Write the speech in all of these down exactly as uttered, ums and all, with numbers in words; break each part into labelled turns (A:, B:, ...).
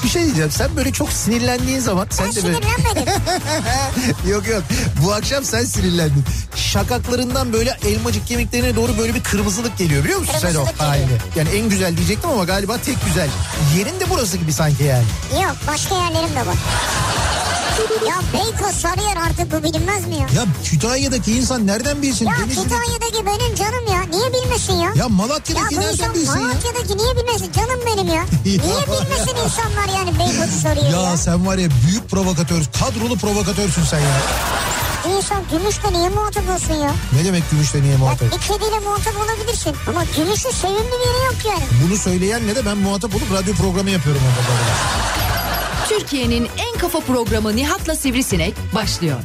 A: Bir şey diyeceğim, sen böyle çok sinirlendiğin zaman
B: Ben
A: sen de böyle...
B: sinirlenmedim.
A: Yok yok, bu akşam sen sinirlendin. Şakaklarından böyle elmacık kemiklerine doğru böyle bir kırmızılık geliyor, biliyor musun sen o halini? Yani en güzel diyecektim ama galiba tek güzel. Yerin de burası gibi sanki yani.
B: Yok, başka yerlerim de var. Ya Beykoz, Sarıyer, artık bu bilinmez mi ya?
A: Ya Kütahya'daki insan nereden bilsin?
B: Ya
A: Denizli'deki...
B: Kütahya'daki benim canım ya. Niye bilmesin ya?
A: Ya Malatya'daki
B: ya
A: nereden bilsin ya?
B: Malatya'daki niye bilmesin? Canım benim ya. Niye bilmesin insanlar yani Beykoz'u soruyor ya?
A: Ya sen var ya büyük provokatör, kadrolu provokatörsün sen ya.
B: İnsan gümüşle niye muhatap olsun ya?
A: Ne demek gümüşle niye muhatap?
B: Ya bir kediyle muhatap olabilirsin ama gümüşün sevimli bir yeri yok yani.
A: Bunu söyleyen ne de ben muhatap olup radyo programı yapıyorum orada.
C: Türkiye'nin en kafa programı Nihat'la Sivrisinek başlıyor.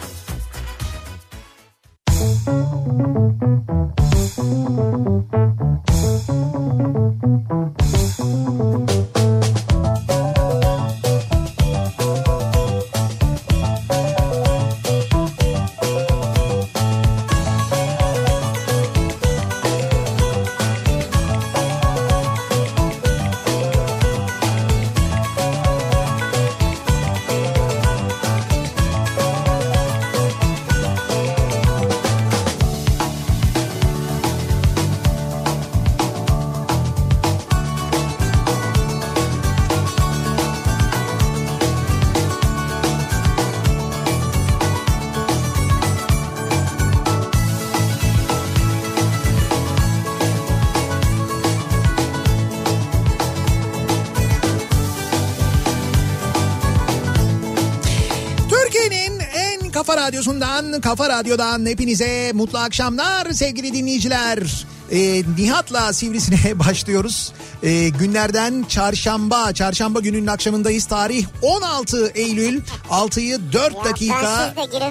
C: Radyosu'ndan, Kafa Radyo'dan hepinize mutlu akşamlar sevgili dinleyiciler. Ee, Nihat'la Sivrisine'ye başlıyoruz. Ee, günlerden çarşamba, çarşamba gününün akşamındayız. Tarih on altı Eylül, altıyı dört dakika.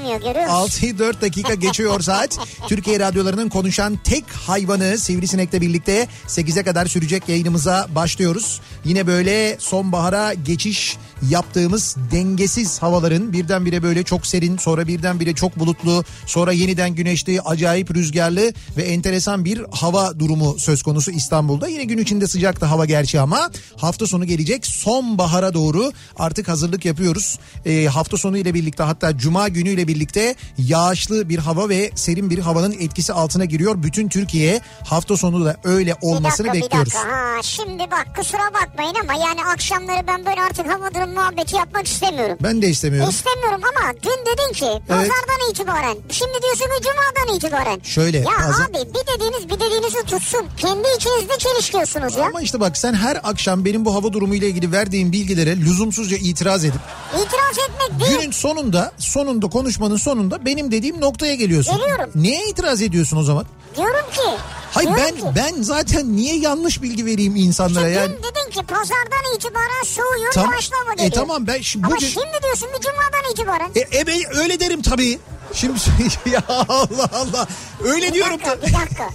C: altıyı dört dakika geçiyor saat. Türkiye radyolarının konuşan tek hayvanı Sivrisinek'le birlikte sekize kadar sürecek yayınımıza başlıyoruz. Yine böyle sonbahara geçiş yaptığımız dengesiz havaların, birdenbire böyle çok serin, sonra birdenbire çok bulutlu, sonra yeniden güneşli, acayip rüzgarlı ve enteresan bir hava durumu söz konusu İstanbul'da. Yine gün içinde sıcaktı hava gerçi ama hafta sonu gelecek, sonbahara doğru artık hazırlık yapıyoruz. E, hafta sonu ile birlikte, hatta cuma günü ile birlikte yağışlı bir hava ve serin bir havanın etkisi altına giriyor. Bütün Türkiye hafta sonu da öyle olmasını
B: bir dakika,
A: bekliyoruz.
B: Bir dakika. Ha, şimdi bak, kusura bakmayın ama yani akşamları ben böyle artık hava durum muhabbeti yapmak istemiyorum.
A: Ben de istemiyorum.
B: İstemiyorum ama dün dedin ki pazardan evet. itibaren, şimdi diyorsun ki cumadan itibaren.
A: Şöyle.
B: Ya
A: pazar...
B: abi bir dediğiniz bir dediğinizi tutsun. Kendi içinizde çelişkiyorsunuz ya.
A: Ama işte bak, sen her akşam benim bu hava durumu ile ilgili verdiğim bilgilere lüzumsuzca itiraz edip.
B: İtiraz etmek değil.
A: Günün sonunda, sonunda konuşmanın sonunda benim dediğim noktaya geliyorsun.
B: Geliyorum.
A: Neye itiraz ediyorsun o zaman?
B: Diyorum ki.
A: Hayır
B: diyorum
A: ben
B: ki,
A: ben zaten niye yanlış bilgi vereyim insanlara
B: işte
A: yani?
B: Dün dedin ki pazardan itibaren soğuyor,
A: Tam,
B: başlama dedi.
A: E tamam ben şimdi
B: Ama
A: bugün...
B: şimdi diyorsun bir cumadan itibaren.
A: E, e ben öyle derim tabii. Şimdi ya Allah Allah. Öyle
B: bir
A: diyorum
B: dakika,
A: da.
B: Bir dakika.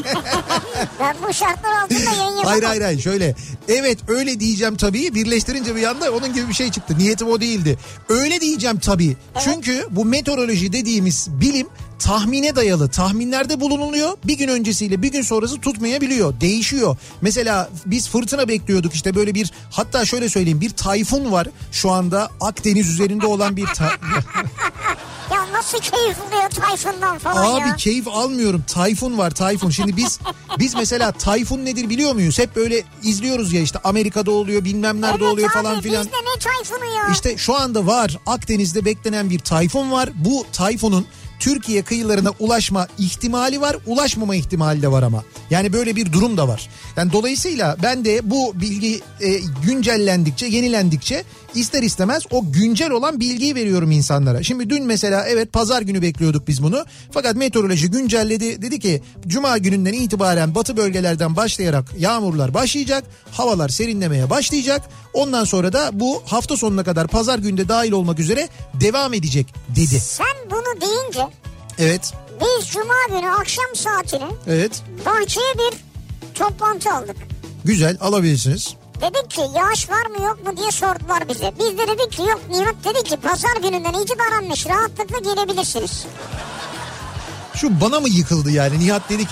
B: Ben bu şartlar altında yayın yapamam.
A: Hayır hayır hayır şöyle. Evet öyle diyeceğim tabii. Birleştirince bir anda onun gibi bir şey çıktı. Niyetim o değildi. Öyle diyeceğim tabii. Evet. Çünkü bu meteoroloji dediğimiz bilim tahmine dayalı. Tahminlerde bulunuluyor. Bir gün öncesiyle bir gün sonrası tutmayabiliyor. Değişiyor. Mesela biz fırtına bekliyorduk, işte böyle bir, hatta şöyle söyleyeyim, bir tayfun var şu anda Akdeniz üzerinde olan bir ta...
B: Ya nasıl keyif oluyor tayfundan falan
A: Abi
B: ya?
A: Abi keyif almıyorum. Tayfun var, tayfun. Şimdi biz biz mesela tayfun nedir biliyor muyuz? Hep böyle izliyoruz ya, işte Amerika'da oluyor, bilmem nerede
B: evet
A: oluyor
B: abi,
A: falan filan.
B: Bizde ne tayfunu ya?
A: İşte şu anda var, Akdeniz'de beklenen bir tayfun var. Bu tayfunun Türkiye kıyılarına ulaşma ihtimali var, ulaşmama ihtimali de var ama. Yani böyle bir durum da var. Yani dolayısıyla ben de bu bilgi e, güncellendikçe, yenilendikçe ister istemez o güncel olan bilgiyi veriyorum insanlara. Şimdi dün mesela evet pazar günü bekliyorduk biz bunu. Fakat meteoroloji güncelledi. Dedi ki cuma gününden itibaren batı bölgelerden başlayarak yağmurlar başlayacak. Havalar serinlemeye başlayacak. Ondan sonra da bu hafta sonuna kadar pazar günde dahil olmak üzere devam edecek dedi.
B: Sen bunu deyince
A: evet.
B: Biz cuma günü akşam saatine
A: evet.
B: bahçeye bir toplantı aldık.
A: Güzel, alabilirsiniz.
B: Dedik ki yağış var mı yok mu diye sordular bize. Biz de dedik ki yok. Nihat dedi ki pazar gününden itibarenmiş, rahatlıkla gelebilirsiniz.
A: Şu bana mı yıkıldı yani? Nihat dedi ki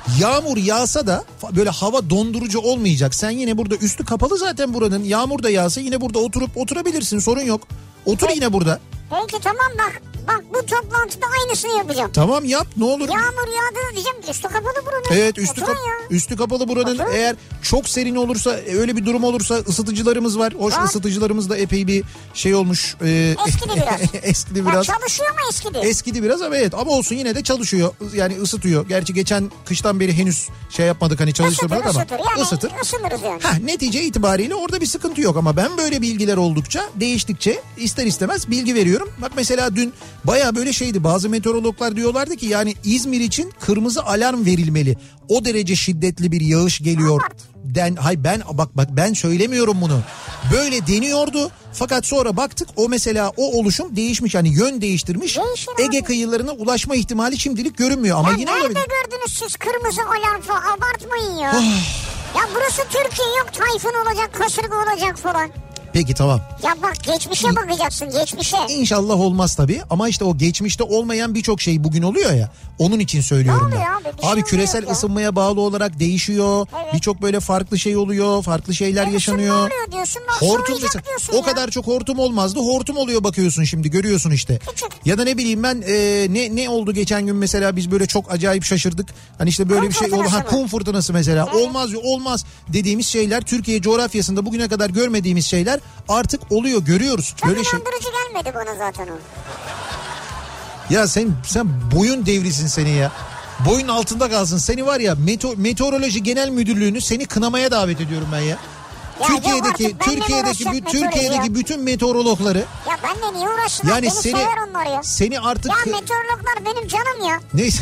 A: Yağmur yağsa da böyle hava dondurucu olmayacak. Sen yine burada üstü kapalı zaten buranın. Yağmur da yağsa yine burada oturup oturabilirsin, sorun yok. Otur
B: Peki,
A: yine burada.
B: Peki tamam bak. Bak bu toplantıda aynısını yapacağım.
A: Tamam yap ne olur.
B: Yağmur yağdı diyeceğim. Üstü kapalı buranın.
A: Evet üstü, kap- üstü kapalı buranın. Oturun. Eğer çok serin olursa, öyle bir durum olursa ısıtıcılarımız var. Hoş var. Isıtıcılarımız da epey bir şey olmuş. E,
B: eskidi biraz.
A: eskidi biraz.
B: Ya çalışıyor mu eskidi?
A: Eskidi biraz ama evet, ama olsun yine de çalışıyor. Yani ısıtıyor. Gerçi geçen kıştan beri henüz şey yapmadık, hani çalıştırmadık ama
B: ısıtır. Yani
A: ısıtır.
B: Isınırız yani.
A: Ha, netice itibariyle orada bir sıkıntı yok ama ben böyle bilgiler oldukça, değiştikçe ister istemez bilgi veriyorum. Bak mesela dün baya böyle şeydi, bazı meteorologlar diyorlardı ki yani İzmir için kırmızı alarm verilmeli. O derece şiddetli bir yağış geliyor. Den, hay ben bak bak ben söylemiyorum bunu. Böyle deniyordu. Fakat sonra baktık o mesela o oluşum değişmiş, hani yön değiştirmiş.
B: Değişir
A: Ege
B: abi.
A: kıyılarına ulaşma ihtimali şimdilik görünmüyor ama
B: ya
A: yine
B: nerede
A: olabilir.
B: gördünüz siz kırmızı alarm falan, abartmayın ya. Ya burası Türkiye, yok tayfun olacak, kasırga olacak falan.
A: Peki tamam.
B: Ya bak geçmişe bakacaksın, geçmişe.
A: İnşallah olmaz tabii ama işte o geçmişte olmayan birçok şey bugün oluyor ya. Onun için söylüyorum ben.
B: Abi, şey
A: abi küresel
B: ya.
A: ısınmaya bağlı olarak değişiyor. Evet. Birçok böyle farklı şey oluyor. Farklı şeyler
B: evet,
A: yaşanıyor.
B: Oluyor diyorsun, bak,
A: hortum mesela,
B: diyorsun
A: o
B: ya.
A: kadar çok hortum olmazdı. Hortum oluyor, bakıyorsun şimdi, görüyorsun işte. Küçük. Ya da ne bileyim ben e, ne ne oldu geçen gün mesela, biz böyle çok acayip şaşırdık. Hani işte böyle
B: kum
A: bir şey oldu. Ha, kum fırtınası mesela.
B: Evet.
A: Olmaz olmaz dediğimiz şeyler, Türkiye coğrafyasında bugüne kadar görmediğimiz şeyler artık oluyor, görüyoruz.
B: Çok
A: böyle şey.
B: inandırıcı gelmedi bana zaten o.
A: Ya sen sen boyun devrisin seni ya. Boyun altında kalsın. Seni var ya, Meteor, Meteoroloji Genel Müdürlüğü'nü seni kınamaya davet ediyorum ben ya.
B: Ya
A: Türkiye'deki Türkiye'deki bü- Türkiye'deki ya. bütün meteorologları.
B: Ya benle niye uğraşsınlar?
A: Yani
B: beni
A: seni
B: sever onlar ya.
A: Seni artık.
B: Ya meteorologlar benim canım ya.
A: Neyse.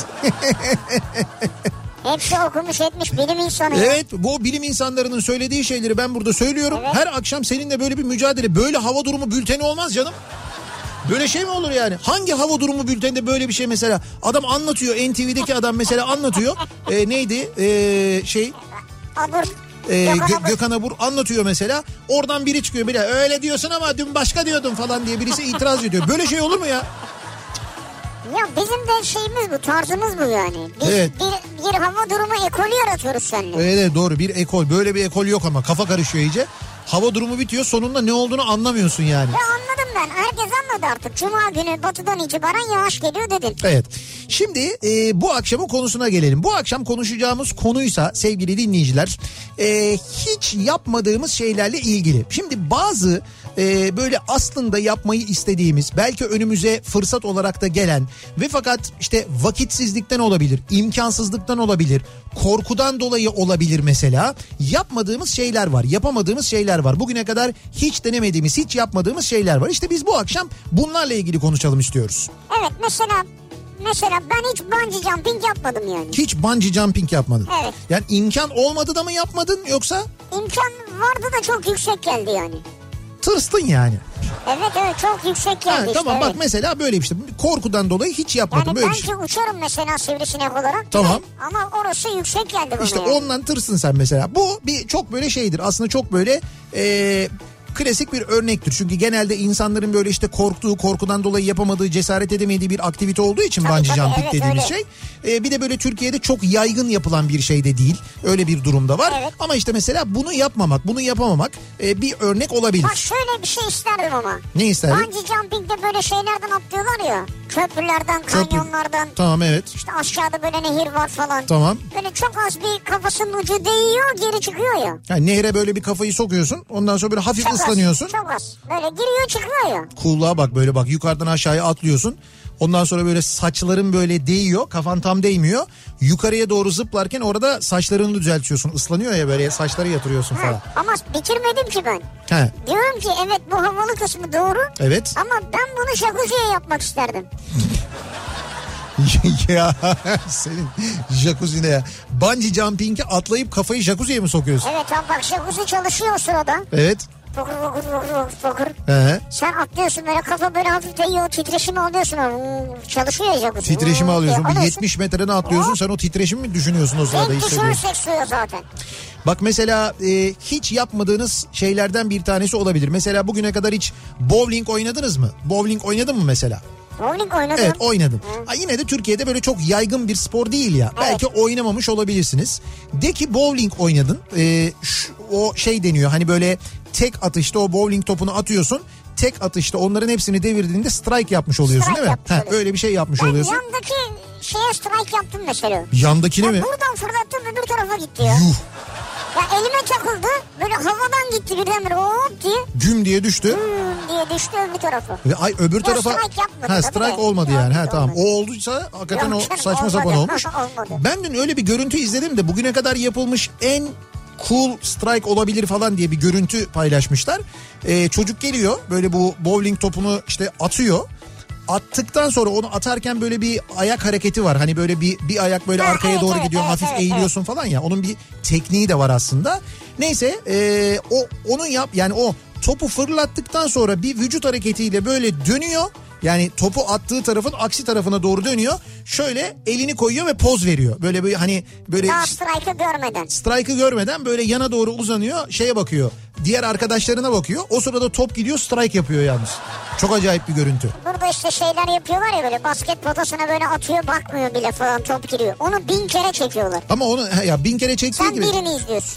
B: Hepsi okumuş etmiş bilim insanı.
A: Evet, bu bilim insanlarının söylediği şeyleri ben burada söylüyorum. Evet. Her akşam seninle böyle bir mücadele, böyle hava durumu bülteni olmaz canım. Böyle şey mi olur yani? Hangi hava durumu bülteninde böyle bir şey mesela? Adam anlatıyor, N T V'deki adam mesela anlatıyor. Ee, neydi? Ee, şey...
B: Abur.
A: Ee, Gö- Gökhan Abur anlatıyor mesela. Oradan biri çıkıyor bile, öyle diyorsun ama dün başka diyordun falan diye birisi itiraz ediyor. Böyle şey olur mu ya?
B: Ya bizim de şeyimiz bu, tarzımız bu yani. Biz
A: evet.
B: bir, bir hava durumu ekolü yaratıyoruz seninle.
A: Evet doğru, bir ekol, böyle bir ekol yok ama kafa karışıyor iyice. Hava durumu bitiyor, sonunda ne olduğunu anlamıyorsun yani.
B: Ya anladım ben, herkes anladı artık. Cuma günü batıdan itibaren yağış geliyor dedin.
A: Evet, şimdi e, bu akşamın konusuna gelelim. Bu akşam konuşacağımız konuysa sevgili dinleyiciler, e, hiç yapmadığımız şeylerle ilgili. Şimdi bazı e, böyle aslında yapmayı istediğimiz, belki önümüze fırsat olarak da gelen ve fakat işte vakitsizlikten olabilir, imkansızlıktan olabilir, korkudan dolayı olabilir mesela, yapmadığımız şeyler var, yapamadığımız şeyler var. Bugüne kadar hiç denemediğimiz, hiç yapmadığımız şeyler var. İşte biz bu akşam bunlarla ilgili konuşalım istiyoruz.
B: Evet, mesela mesela ben hiç bungee jumping yapmadım yani.
A: Hiç bungee jumping yapmadın.
B: Evet.
A: Yani imkan olmadı da mı yapmadın yoksa?
B: İmkan vardı da çok yüksek geldi yani.
A: Tırstın yani.
B: Evet evet, çok yüksek geldi
A: ha,
B: işte.
A: Tamam
B: evet.
A: Bak mesela böyle bir şey. Korkudan dolayı hiç yapmadım.
B: Yani
A: böyle
B: belki
A: bir şey.
B: uçarım mesela sivrisinek olarak.
A: Tamam.
B: Ama orası yüksek geldi bana.
A: İşte
B: yani.
A: ondan tırsın sen mesela. Bu bir çok böyle şeydir. Aslında çok böyle... Ee, klasik bir örnektir. Çünkü genelde insanların böyle işte korktuğu, korkudan dolayı yapamadığı, cesaret edemediği bir aktivite olduğu için
B: tabii,
A: bungee
B: tabii,
A: jumping
B: evet,
A: dediğimiz
B: öyle.
A: şey. Ee, bir de böyle Türkiye'de çok yaygın yapılan bir şey de değil. Öyle bir durumda var.
B: Evet.
A: Ama işte mesela bunu yapmamak, bunu yapamamak e, bir örnek olabilir.
B: Bak şöyle bir şey isterdim ama.
A: Ne isterdin?
B: Bungee jumping'de böyle şeylerden atlıyorlar ya. Köprülerden,
A: Köprü.
B: kanyonlardan.
A: Tamam, evet.
B: İşte aşağıda böyle nehir var falan.
A: Tamam.
B: Böyle çok az bir kafasının ucu değiyor, geri çıkıyor ya.
A: Yani nehre böyle bir kafayı sokuyorsun. Ondan sonra böyle hafif
B: Çok
A: ıslanıyorsun.
B: Az, çok az. Böyle giriyor çıkıyor ya.
A: Kulluğa bak, böyle bak, yukarıdan aşağıya atlıyorsun. Ondan sonra böyle saçların böyle değiyor, kafan tam değmiyor. Yukarıya doğru zıplarken orada saçlarını düzeltiyorsun. Islanıyor ya, böyle saçları yatırıyorsun falan.
B: Ha, ama bitirmedim ki ben.
A: He.
B: Diyorum ki evet, bu havalı kısmı doğru.
A: Evet.
B: Ama ben bunu jacuzziye yapmak isterdim.
A: Ya senin jacuzzi'ne ya. Bungee jumping'e atlayıp kafayı jacuzziye mi sokuyorsun?
B: Evet abi, bak jacuzzi çalışıyor o sırada.
A: Evet.
B: Fokur fokur fokur fokur.
A: He.
B: Sen atlıyorsun böyle, kafa böyle hafif değiyor, titreşimi alıyorsun. Hmm, çalışıyor ya jacuzzi.
A: Titreşimi
B: Hmm,
A: alıyorsun.
B: alıyorsun.
A: Bir yetmiş metreden atlıyorsun. Sen o titreşimi mi düşünüyorsun o sırada?
B: Renk
A: Hissediyorsun.
B: düşürürsek suya zaten.
A: Bak mesela e, hiç yapmadığınız şeylerden bir tanesi olabilir. Mesela bugüne kadar hiç bowling oynadınız mı? Bowling oynadın mı mesela?
B: Bowling oynadın.
C: Evet oynadım. Ha, yine de Türkiye'de böyle çok yaygın bir spor değil ya. Evet. Belki oynamamış olabilirsiniz. De ki bowling oynadın. Ee, şu, o şey deniyor hani böyle tek atışta o bowling topunu atıyorsun. Tek atışta onların hepsini devirdiğinde strike yapmış oluyorsun
B: strike
C: değil mi? Ha, öyle bir şey yapmış
B: ben
C: oluyorsun.
B: Ben yandaki şeye strike yaptım mesela.
C: Yandakine ya mi?
B: Buradan fırlattım öbür tarafa gitti ya.
C: Yuh.
B: Ya elime takıldı böyle havadan gitti birdenbire hop diye.
C: Güm diye düştü.
B: Güm diye düştü öbür tarafa.
C: Ve ay öbür
B: ya
C: tarafa.
B: Strike yapmadı.
C: Ha strike olmadı yani. Ha tamam. O olduysa hakikaten
B: Yok,
C: o
B: canım,
C: saçma
B: olmadı.
C: sapan olmuş.
B: Olmadı.
C: Ben dün öyle bir görüntü izledim de bugüne kadar yapılmış en cool strike olabilir falan diye bir görüntü paylaşmışlar. Ee, çocuk geliyor böyle bu bowling topunu işte atıyor. Attıktan sonra onu atarken böyle bir ayak hareketi var. Hani böyle bir bir ayak böyle
B: ha,
C: arkaya
B: evet,
C: doğru
B: evet,
C: gidiyor,
B: evet,
C: hafif
B: evet,
C: eğiliyorsun
B: evet.
C: falan ya. Onun bir tekniği de var aslında. Neyse ee, o onu yap yani o topu fırlattıktan sonra bir vücut hareketiyle böyle dönüyor. Yani topu attığı tarafın aksi tarafına doğru dönüyor. Şöyle elini koyuyor ve poz veriyor. Böyle böyle hani böyle
B: daha strike'ı görmeden.
C: Strike'ı görmeden böyle yana doğru uzanıyor, şeye bakıyor. Diğer arkadaşlarına bakıyor. O sırada top gidiyor, strike yapıyor yalnız. Çok acayip bir görüntü.
B: Burada işte şeyler yapıyorlar ya böyle basket potasına böyle atıyor bakmıyor bile falan top giriyor. Onu bin kere çekiyorlar.
C: Ama onu ya bin kere çektiği
B: Sen
C: gibi.
B: Sen birini izliyorsun.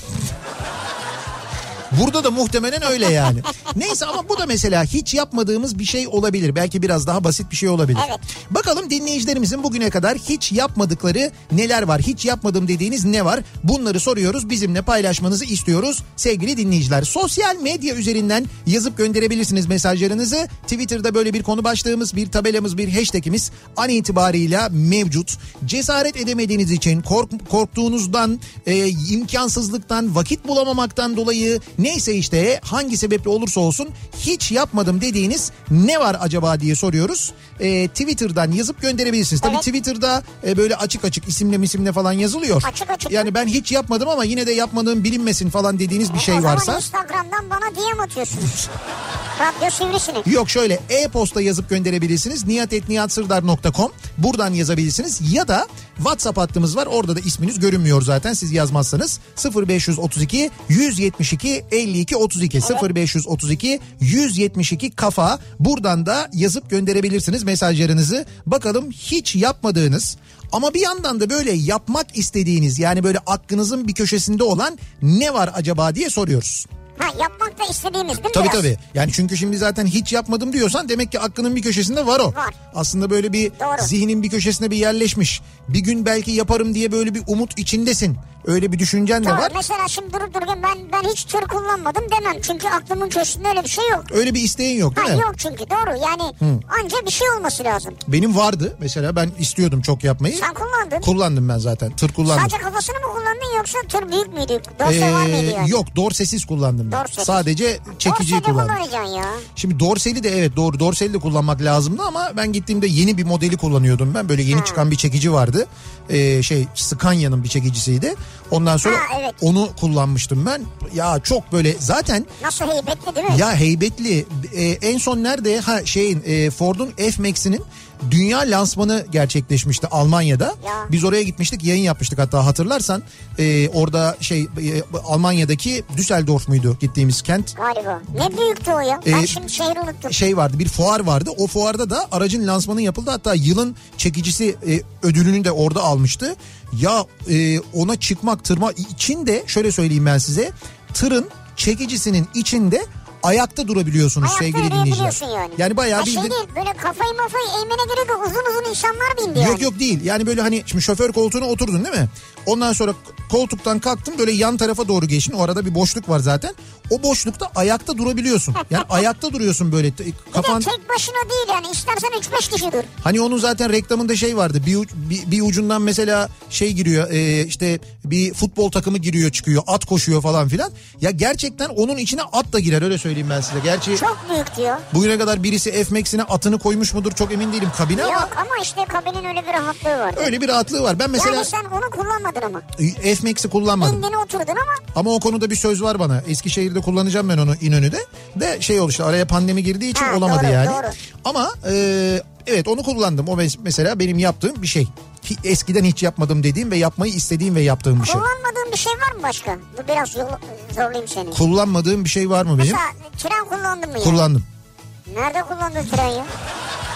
C: Burada da muhtemelen öyle yani. Neyse ama bu da mesela hiç yapmadığımız bir şey olabilir. Belki biraz daha basit bir şey olabilir.
B: Evet.
C: Bakalım dinleyicilerimizin bugüne kadar hiç yapmadıkları neler var? Hiç yapmadım dediğiniz ne var? Bunları soruyoruz. Bizimle paylaşmanızı istiyoruz sevgili dinleyiciler. Sosyal medya üzerinden yazıp gönderebilirsiniz mesajlarınızı. Twitter'da böyle bir konu başlığımız, bir tabelamız, bir hashtagimiz an itibarıyla mevcut. Cesaret edemediğiniz için, kork- korktuğunuzdan, e, imkansızlıktan, vakit bulamamaktan dolayı neyse işte hangi sebeple olursa olsun hiç yapmadım dediğiniz ne var acaba diye soruyoruz. Ee, Twitter'dan yazıp gönderebilirsiniz. Tabii evet. Twitter'da e, böyle açık açık isimle misimle falan yazılıyor.
B: Açık açık.
C: Yani ben hiç yapmadım ama yine de yapmadığım bilinmesin falan dediğiniz bir
B: e,
C: şey
B: o zaman
C: varsa.
B: Instagram'dan bana D M atıyorsunuz. Radyo Sivrisinek.
C: Yok şöyle e-posta yazıp gönderebilirsiniz. nihat et nihat sırdar nokta com buradan yazabilirsiniz. Ya da WhatsApp hattımız var. Orada da isminiz görünmüyor zaten siz yazmazsanız. sıfır beş otuz iki yüz yetmiş iki elli iki otuz iki evet. sıfır beş otuz iki yüz yetmiş iki kafa. Buradan da yazıp gönderebilirsiniz mesajlarınızı. Bakalım hiç yapmadığınız ama bir yandan da böyle yapmak istediğiniz yani böyle aklınızın bir köşesinde olan ne var acaba diye soruyoruz.
B: Ha yapmak da istediğimiz değil mi?
C: Tabii
B: biraz?
C: tabii. Yani çünkü şimdi zaten hiç yapmadım diyorsan demek ki aklının bir köşesinde var o.
B: Var.
C: Aslında böyle bir Doğru. zihnin bir köşesine bir yerleşmiş. Bir gün belki yaparım diye böyle bir umut içindesin. Öyle bir düşüncen
B: Doğru.
C: de var.
B: Mesela şimdi durup dururken ben ben hiç tır kullanmadım demem. Çünkü aklımın köşesinde öyle bir şey yok.
C: Öyle bir isteğin yok değil
B: ha,
C: mi?
B: Yok çünkü doğru yani Hı. anca bir şey olması lazım.
C: Benim vardı mesela ben istiyordum çok yapmayı.
B: Sen kullandın.
C: Kullandım ben zaten tır kullandım.
B: Sadece kafasını mı kullandın yoksa tır büyük müydü? Dorse ee, var mıydı yani?
C: Yok dorsesiz kullandım ben.
B: Dorsesiz.
C: Sadece çekiciyi
B: Dorseli
C: kullandım.
B: kullanacaksın ya.
C: Şimdi dorseli de evet doğru dorseli de kullanmak lazımdı ama ben gittiğimde yeni bir modeli kullanıyordum ben. Böyle yeni ha. çıkan bir çekici vardı. Ee, şey Scania'nın bir çekicisiydi. Ondan sonra ha, evet. onu kullanmıştım ben. Ya çok böyle zaten.
B: Nasıl heybetli değil mi?
C: Ya heybetli. Ee, en son nerede? Ha şeyin e, Ford'un F-Max'inin dünya lansmanı gerçekleşmişti Almanya'da. Ya. Biz oraya gitmiştik, yayın yapmıştık hatta hatırlarsan. E, orada şey e, Almanya'daki Düsseldorf muydu gittiğimiz kent?
B: Galiba. Ne büyüktü o ya? Ben ee, şimdi şehri unuttum.
C: Şey vardı, bir fuar vardı. O fuarda da aracın lansmanı yapıldı. Hatta yılın çekicisi e, ödülünü de orada almıştı. Ya e, ona çıkmak, tırma içinde şöyle söyleyeyim ben size. Tırın çekicisinin içinde ayakta durabiliyorsunuz ayakta sevgili dinleyiciler.
B: Yani.
C: yani bayağı
B: bir
C: bildiğin...
B: şey değil böyle kafayı mafayı eğmene gerek yok, uzun uzun insanlar bindi yani.
C: Yok yok değil yani böyle hani şimdi şoför koltuğuna oturdun değil mi? Ondan sonra koltuktan kalktın böyle yan tarafa doğru geçin, o arada bir boşluk var zaten. O boşlukta ayakta durabiliyorsun. Yani ayakta duruyorsun böyle.
B: Kafan... Bir de tek başına değil yani, istersen üç beş kişi dur.
C: Hani onun zaten reklamında şey vardı. Bir, bir, bir ucundan mesela şey giriyor e, işte bir futbol takımı giriyor çıkıyor. At koşuyor falan filan. Ya gerçekten onun içine at da girer, öyle söyleyeyim ben size. Gerçi
B: çok büyük diyor.
C: Bugüne kadar birisi F-Max'ine atını koymuş mudur çok emin değilim kabine ama.
B: Yok ama işte kabinin öyle bir rahatlığı var.
C: Öyle bir rahatlığı var. Ben mesela.
B: Yani sen onu kullanmadın ama.
C: F-Max'i kullanmadım.
B: İndin oturdun ama. Ama
C: o konuda bir söz var bana. Eskişehir'de kullanacağım ben onu İnönü'de. De şey oldu işte, araya pandemi girdiği için ha, olamadı doğru, yani. Doğru. Ama e, evet onu kullandım. O mesela benim yaptığım bir şey. Eskiden hiç yapmadım dediğim ve yapmayı istediğim ve yaptığım bir şey.
B: Kullanmadığın bir şey var mı başka? Bu biraz zorlayayım seni.
C: Kullanmadığım bir şey var mı benim?
B: Mesela tren kullandın mı ya?
C: Kullandım.
B: Nerede kullandın tren ya?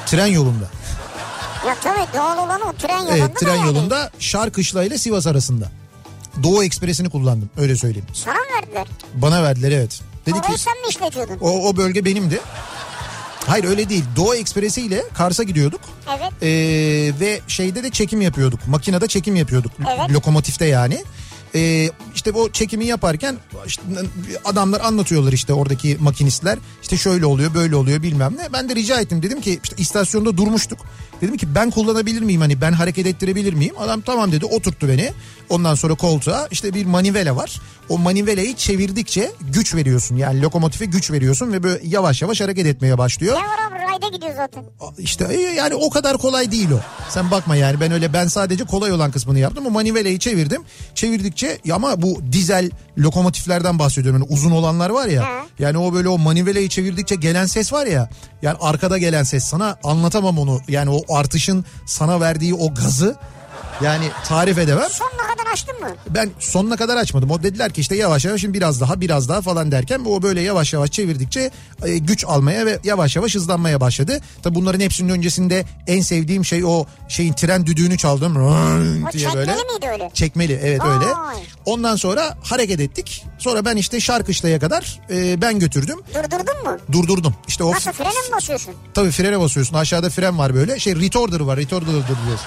A: Tren yolunda.
B: Ya tabii doğal olan o tren yolunda.
A: Evet, tren
B: yani.
A: yolunda Şarkışla ile Sivas arasında. Doğu Ekspresi'ni kullandım, öyle söyleyeyim.
B: Sana mı verdiler?
A: Bana verdiler, evet. Dedi
B: Orayı
A: ki,
B: sen mi işletiyordun?
A: O, o bölge benimdi. Hayır, öyle değil. Doğu Ekspresi ile Kars'a gidiyorduk.
B: Evet.
A: Ee, ve şeyde de çekim yapıyorduk. Makinede çekim yapıyorduk.
B: Evet.
A: Lokomotifte yani. Ee, işte o çekimi yaparken işte adamlar anlatıyorlar, işte oradaki makinistler. İşte şöyle oluyor, böyle oluyor, bilmem ne. Ben de rica ettim, dedim ki işte istasyonda durmuştuk. Dedim ki ben kullanabilir miyim, hani ben hareket ettirebilir miyim? Adam tamam dedi, oturttu beni. Ondan sonra koltuğa işte bir manivela var. O manivelayı çevirdikçe güç veriyorsun. Yani lokomotife güç veriyorsun ve böyle yavaş yavaş hareket etmeye başlıyor.
B: Ne var abi, rayda gidiyor zaten.
A: İşte yani o kadar kolay değil o. Sen bakma yani, ben öyle ben sadece kolay olan kısmını yaptım. O manivelayı çevirdim. Çevirdikçe ama bu dizel lokomotiflerden bahsediyorum. Yani uzun olanlar var ya.
B: He.
A: Yani o böyle o manivelayı çevirdikçe gelen ses var ya. Yani arkada gelen ses, sana anlatamam onu. Yani o artışın sana verdiği o gazı yani tarif edemem.
B: Sonuna kadar açtın mı?
A: Ben sonuna kadar açmadım. O dediler ki işte yavaş yavaş, şimdi biraz daha biraz daha falan derken o böyle yavaş yavaş çevirdikçe e, güç almaya ve yavaş yavaş hızlanmaya başladı. Tabii bunların hepsinin öncesinde en sevdiğim şey o şeyin tren düdüğünü çaldım.
B: O
A: diye
B: çekmeli
A: böyle.
B: miydi öyle?
A: Çekmeli, evet.
B: Vay.
A: Öyle. Ondan sonra hareket ettik. Sonra ben işte Şarkışla'ya kadar e, ben götürdüm.
B: Durdurdun mu?
A: Durdurdum. İşte o
B: Nasıl, frene mi basıyorsun?
A: tabii frene basıyorsun. Aşağıda fren var böyle. Şey retorder var. Retorder durduruyorsun.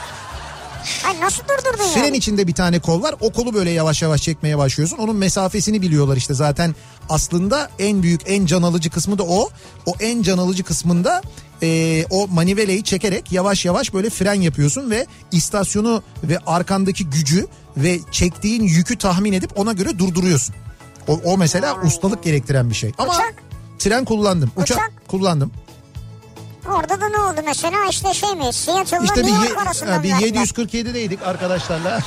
B: Ay nasıl durdurdun ya?
A: Fren
B: Yani?
A: içinde bir tane kol var. O kolu böyle yavaş yavaş çekmeye başlıyorsun. Onun mesafesini biliyorlar işte. Zaten aslında en büyük, en can alıcı kısmı da o. O en can alıcı kısmında e, o manivelayı çekerek yavaş yavaş böyle fren yapıyorsun ve istasyonu ve arkandaki gücü ve çektiğin yükü tahmin edip ona göre durduruyorsun. O, o mesela
B: Ay.
A: ustalık gerektiren bir şey. Ama
B: Uçak?
A: tren kullandım. Uçak,
B: Uçak?
A: kullandım.
B: Orada da ne oldu mesela, işte şey mi? Seattle'la
A: İşte bir,
B: New
A: ye-
B: York arasında
A: ha,
B: mı
A: bir
B: verdiler?
A: yedi yüz kırk yedideydik arkadaşlarla.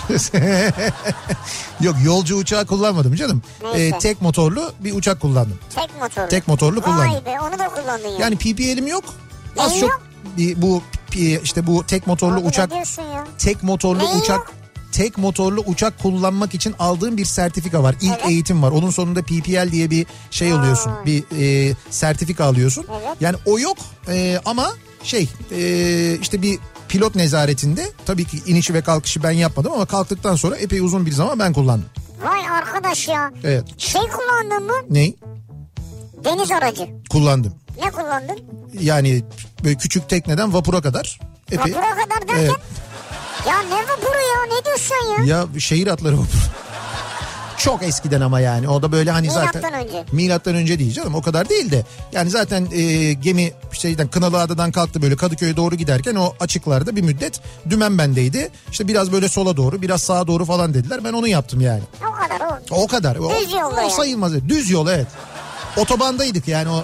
A: Yok, yolcu uçağı kullanmadım canım.
B: Neyse.
A: Ee, tek motorlu bir uçak kullandım.
B: Tek motorlu.
A: Tek motorlu kullandım.
B: Vay be, onu da kullandın ya.
A: Yani P P L'im yok. Az
B: Neyi
A: çok
B: yok?
A: bir, bu bir- işte bu tek motorlu
B: Abi
A: uçak
B: ne diyorsun ya?
A: tek motorlu
B: Neyi
A: uçak
B: yok?
A: tek motorlu uçak kullanmak için aldığım bir sertifika var. İlk
B: Evet.
A: eğitim var. Onun sonunda P P L diye bir şey alıyorsun.
B: Vay.
A: Bir e, sertifika alıyorsun.
B: Evet.
A: Yani o yok e, ama şey e, işte bir pilot nezaretinde, tabii ki inişi ve kalkışı ben yapmadım ama kalktıktan sonra epey uzun bir zaman ben kullandım.
B: Vay arkadaş ya.
A: Evet.
B: Şey kullandın mı?
A: Ney?
B: Deniz aracı.
A: Kullandım.
B: Ne kullandın?
A: Yani böyle küçük tekneden vapura kadar. Epey.
B: Vapura kadar derken?
A: Evet.
B: Ya ne vapuru ya, ne diyorsun ya?
A: Ya şehir atları vapur. Çok eskiden ama yani o da böyle hani
B: Milattan
A: zaten.
B: önce.
A: Milattan önce değil canım, o kadar değil de. Yani zaten e, gemi şeyden Kınalıada'dan kalktı, böyle Kadıköy'e doğru giderken o açıklarda bir müddet dümen bendeydi. İşte biraz böyle sola doğru, biraz sağa doğru falan dediler. Ben onu yaptım yani.
B: O kadar o.
A: O kadar. O,
B: Düz yolda
A: o
B: yani.
A: sayılmaz. Düz yol, evet. Otobandaydık yani, o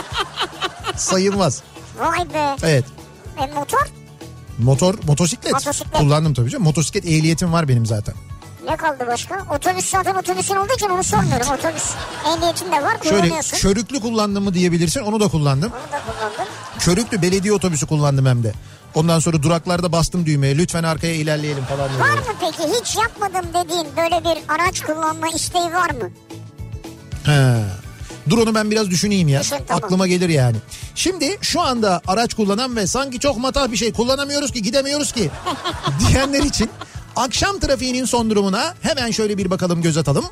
A: sayılmaz.
B: Vay be.
A: Evet.
B: E, motor?
A: Motor, motosiklet.
B: Motosiklet.
A: Kullandım tabii canım. Motosiklet ehliyetim var benim zaten.
B: Ne kaldı başka? Otobüs, zaten otobüsün olduğu için onu sormuyorum. Otobüs ehliyetin de var,
A: Şöyle
B: kullanıyorsun.
A: körüklü kullandım mı diyebilirsin, onu da kullandım.
B: Onu da kullandın.
A: Körüklü belediye otobüsü kullandım hem de. Ondan sonra duraklarda bastım düğmeye, lütfen arkaya ilerleyelim falan diye.
B: Var mı peki hiç yapmadım dediğin böyle bir araç kullanma isteği var mı?
A: He. Dur onu ben biraz düşüneyim ya.
B: Düşün, tamam.
A: Aklıma gelir yani. Şimdi şu anda araç kullanan ve sanki çok matah bir şey kullanamıyoruz ki, gidemiyoruz ki diyenler için akşam trafiğinin son durumuna hemen şöyle bir bakalım, göz atalım.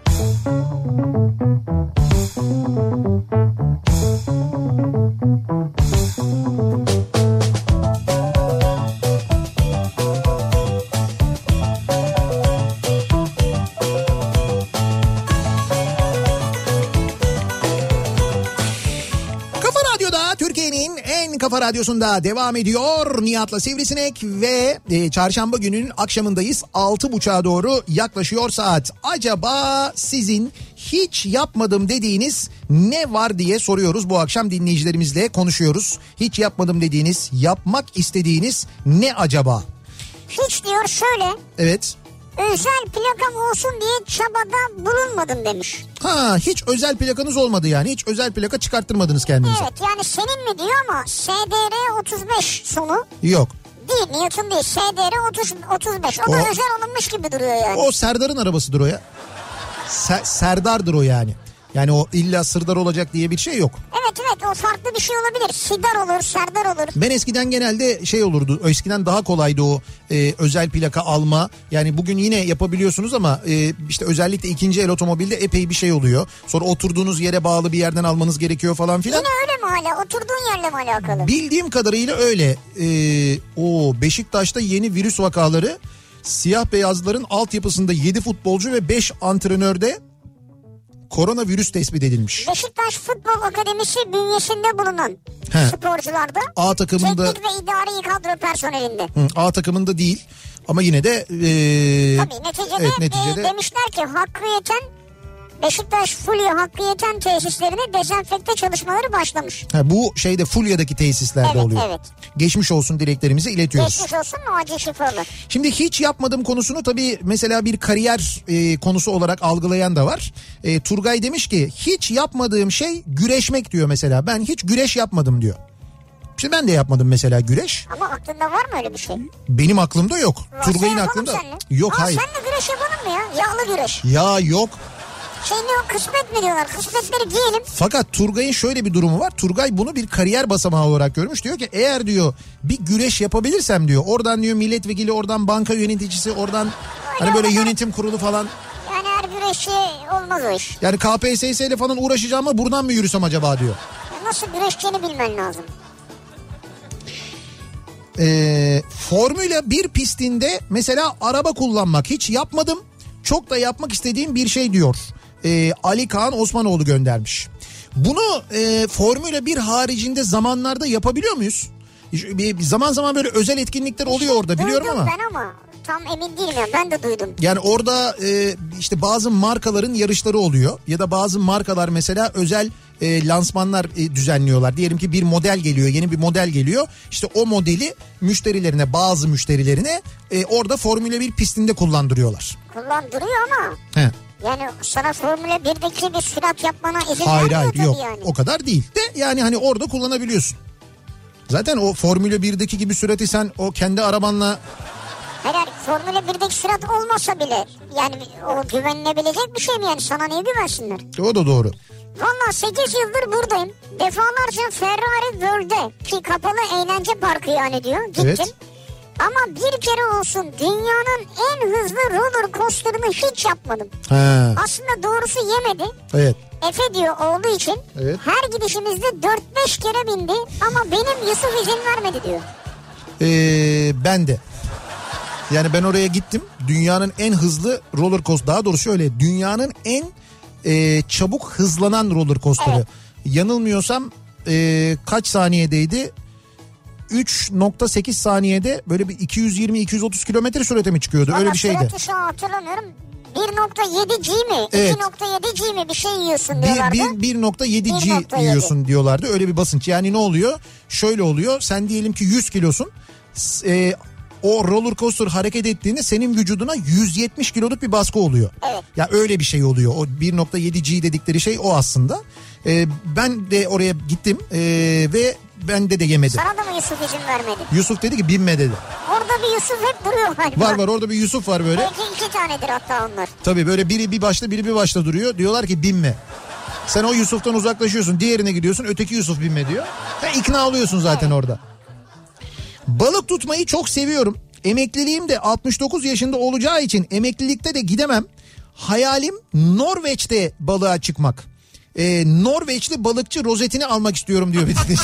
A: Kafa Radyosu'nda devam ediyor. Nihat'la Sivrisinek ve e, çarşamba gününün akşamındayız. Altı buçuğa doğru yaklaşıyor saat. Acaba sizin hiç yapmadım dediğiniz ne var diye soruyoruz. Bu akşam dinleyicilerimizle konuşuyoruz. Hiç yapmadım dediğiniz, yapmak istediğiniz ne acaba?
B: Hiç diyor şöyle.
A: Evet.
B: Özel plakam olsun diye çabada bulunmadım demiş.
A: Ha, hiç özel plakanız olmadı yani. Hiç özel plaka çıkarttırmadınız kendinize.
B: Evet, yani senin mi diyor ama S D R otuz beş sonu.
A: Yok.
B: Değil, Newton değil, S D R otuz beş. O,
A: O-
B: da özel alınmış gibi duruyor yani.
A: O Serdar'ın arabasıdır o ya. Se- Serdar'dır o yani. Yani o illa Sırdar olacak diye bir şey yok.
B: Evet evet, o farklı bir şey olabilir. Sidar olur, Serdar olur.
A: Ben eskiden genelde şey olurdu. Eskiden daha kolaydı o e, özel plaka alma. Yani bugün yine yapabiliyorsunuz ama e, işte özellikle ikinci el otomobilde epey bir şey oluyor. Sonra oturduğunuz yere bağlı bir yerden almanız gerekiyor falan filan.
B: Yine öyle mi hala? Oturduğun yerle mi alakalı?
A: Bildiğim kadarıyla öyle. E, o Beşiktaş'ta yeni virüs vakaları, siyah beyazların altyapısında yedi futbolcu ve beş antrenörde koronavirüs tespit edilmiş.
B: Beşiktaş Futbol Akademisi bünyesinde bulunan
A: He.
B: sporcularda,
A: A takımında,
B: teknik ve idari kadro personelinde.
A: Hı, A takımında değil ama yine de e,
B: tabii neticede,
A: evet, neticede...
B: E, demişler ki Hakkıyeten Beşiktaş Fulya Hakkıyeten tesislerine dezenfekte çalışmaları başlamış.
A: Ha, bu şeyde Fulya'daki tesislerde
B: evet,
A: oluyor.
B: Evet.
A: Geçmiş olsun dileklerimizi iletiyoruz.
B: Geçmiş olsun, acil şifalar.
A: Şimdi hiç yapmadığım konusunu tabii mesela bir kariyer e, konusu olarak algılayan da var. E, Turgay demiş ki hiç yapmadığım şey güreşmek diyor mesela. Ben hiç güreş yapmadım diyor. Şimdi ben de yapmadım mesela güreş.
B: Ama aklında var mı öyle bir şey?
A: Benim aklımda yok.
B: Varsa
A: Turgay'ın aklında.
B: Seninle.
A: Yok
B: Aa,
A: hayır.
B: Seninle güreş yapalım mı ya? Yağlı güreş.
A: Ya yok.
B: Şey ne o, kısmet mi diyorlar? Kısmetleri giyelim.
A: Fakat Turgay'ın şöyle bir durumu var. Turgay bunu bir kariyer basamağı olarak görmüş. Diyor ki eğer diyor bir güreş yapabilirsem diyor. Oradan diyor milletvekili, oradan banka yöneticisi, oradan öyle hani böyle yönetim kurulu falan.
B: Yani her güreşçi olmaz o iş.
A: Yani K P S S ile falan uğraşacağım ama buradan mı yürüsem acaba diyor.
B: Ya nasıl güreşeceğini bilmen lazım.
A: Ee, Formula bir pistinde mesela araba kullanmak hiç yapmadım. Çok da yapmak istediğim bir şey diyor. Ee, Ali Kaan Osmanoğlu göndermiş. Bunu e, Formula bir haricinde zamanlarda yapabiliyor muyuz? Bir, zaman zaman böyle özel etkinlikler oluyor orada biliyorum
B: duydum
A: ama.
B: ben ama tam emin değilim ya, ben de duydum.
A: Yani orada e, işte bazı markaların yarışları oluyor ya da bazı markalar mesela özel e, lansmanlar e, düzenliyorlar. Diyelim ki bir model geliyor, yeni bir model geliyor. İşte o modeli müşterilerine, bazı müşterilerine e, orada Formula bir pistinde kullandırıyorlar.
B: Kullandırıyor ama.
A: He.
B: Yani sana Formula birdeki bir sürat yapmana izin
A: hayır,
B: vermiyor
A: hayır, yok
B: yani.
A: O kadar değil de yani hani orada kullanabiliyorsun. Zaten o Formula birdeki gibi sürati sen o kendi arabanla...
B: Hayır, Formula birdeki sürat olmasa bile yani o güvenilebilecek bir şey mi yani, sana niye güvensinler?
A: O da doğru.
B: Valla sekiz yıldır buradayım. Defalarca Ferrari World'e, ki kapalı eğlence parkı yani diyor, gittim. Evet. Ama bir kere olsun dünyanın en hızlı roller coaster'ını hiç yapmadım.
A: He.
B: Aslında doğrusu yemedi.
A: Evet.
B: Efe diyor oğlu için.
A: Evet.
B: Her gidişimizde dört beş kere bindi ama benim Yusuf izin vermedi diyor.
A: Ee, ben de. Yani ben oraya gittim. Dünyanın en hızlı roller coaster, daha doğrusu öyle dünyanın en e, çabuk hızlanan roller coaster'ı. Evet. Yanılmıyorsam e, kaç saniyedeydi? üç nokta sekiz saniyede böyle bir iki yüz yirmi iki yüz otuz kilometre sürate mi çıkıyordu? Öyle bir şeydi.
B: Valla sürati şu an hatırlamıyorum. bir nokta yedi G mi?
A: Evet.
B: iki nokta yedi G mi bir şey yiyorsun diyorlardı.
A: bir nokta yedi G yiyorsun diyorlardı. Öyle bir basınç. Yani ne oluyor? Şöyle oluyor. Sen diyelim ki yüz kilosun. E, o roller coaster hareket ettiğinde senin vücuduna yüz yetmiş kiloluk bir baskı oluyor.
B: Evet.
A: Ya öyle bir şey oluyor. O bir nokta yedi G dedikleri şey o aslında. E, ben de oraya gittim e, ve bende de yemedi.
B: Sana da mı Yusuf izin vermedi?
A: Yusuf dedi ki binme dedi.
B: Orada bir Yusuf hep duruyor galiba.
A: Var var orada bir Yusuf var böyle.
B: Belki iki tanedir hatta onlar.
A: Tabii böyle biri bir başta biri bir başta duruyor. Diyorlar ki binme. Sen o Yusuf'tan uzaklaşıyorsun. Diğerine gidiyorsun. Öteki Yusuf binme diyor. Sen ikna oluyorsun zaten evet. Orada. Balık tutmayı çok seviyorum. Emekliliğim de altmış dokuz yaşında olacağı için emeklilikte de gidemem. Hayalim Norveç'te balığa çıkmak. Ee, Norveçli balıkçı rozetini almak istiyorum diyor bir dinleyici.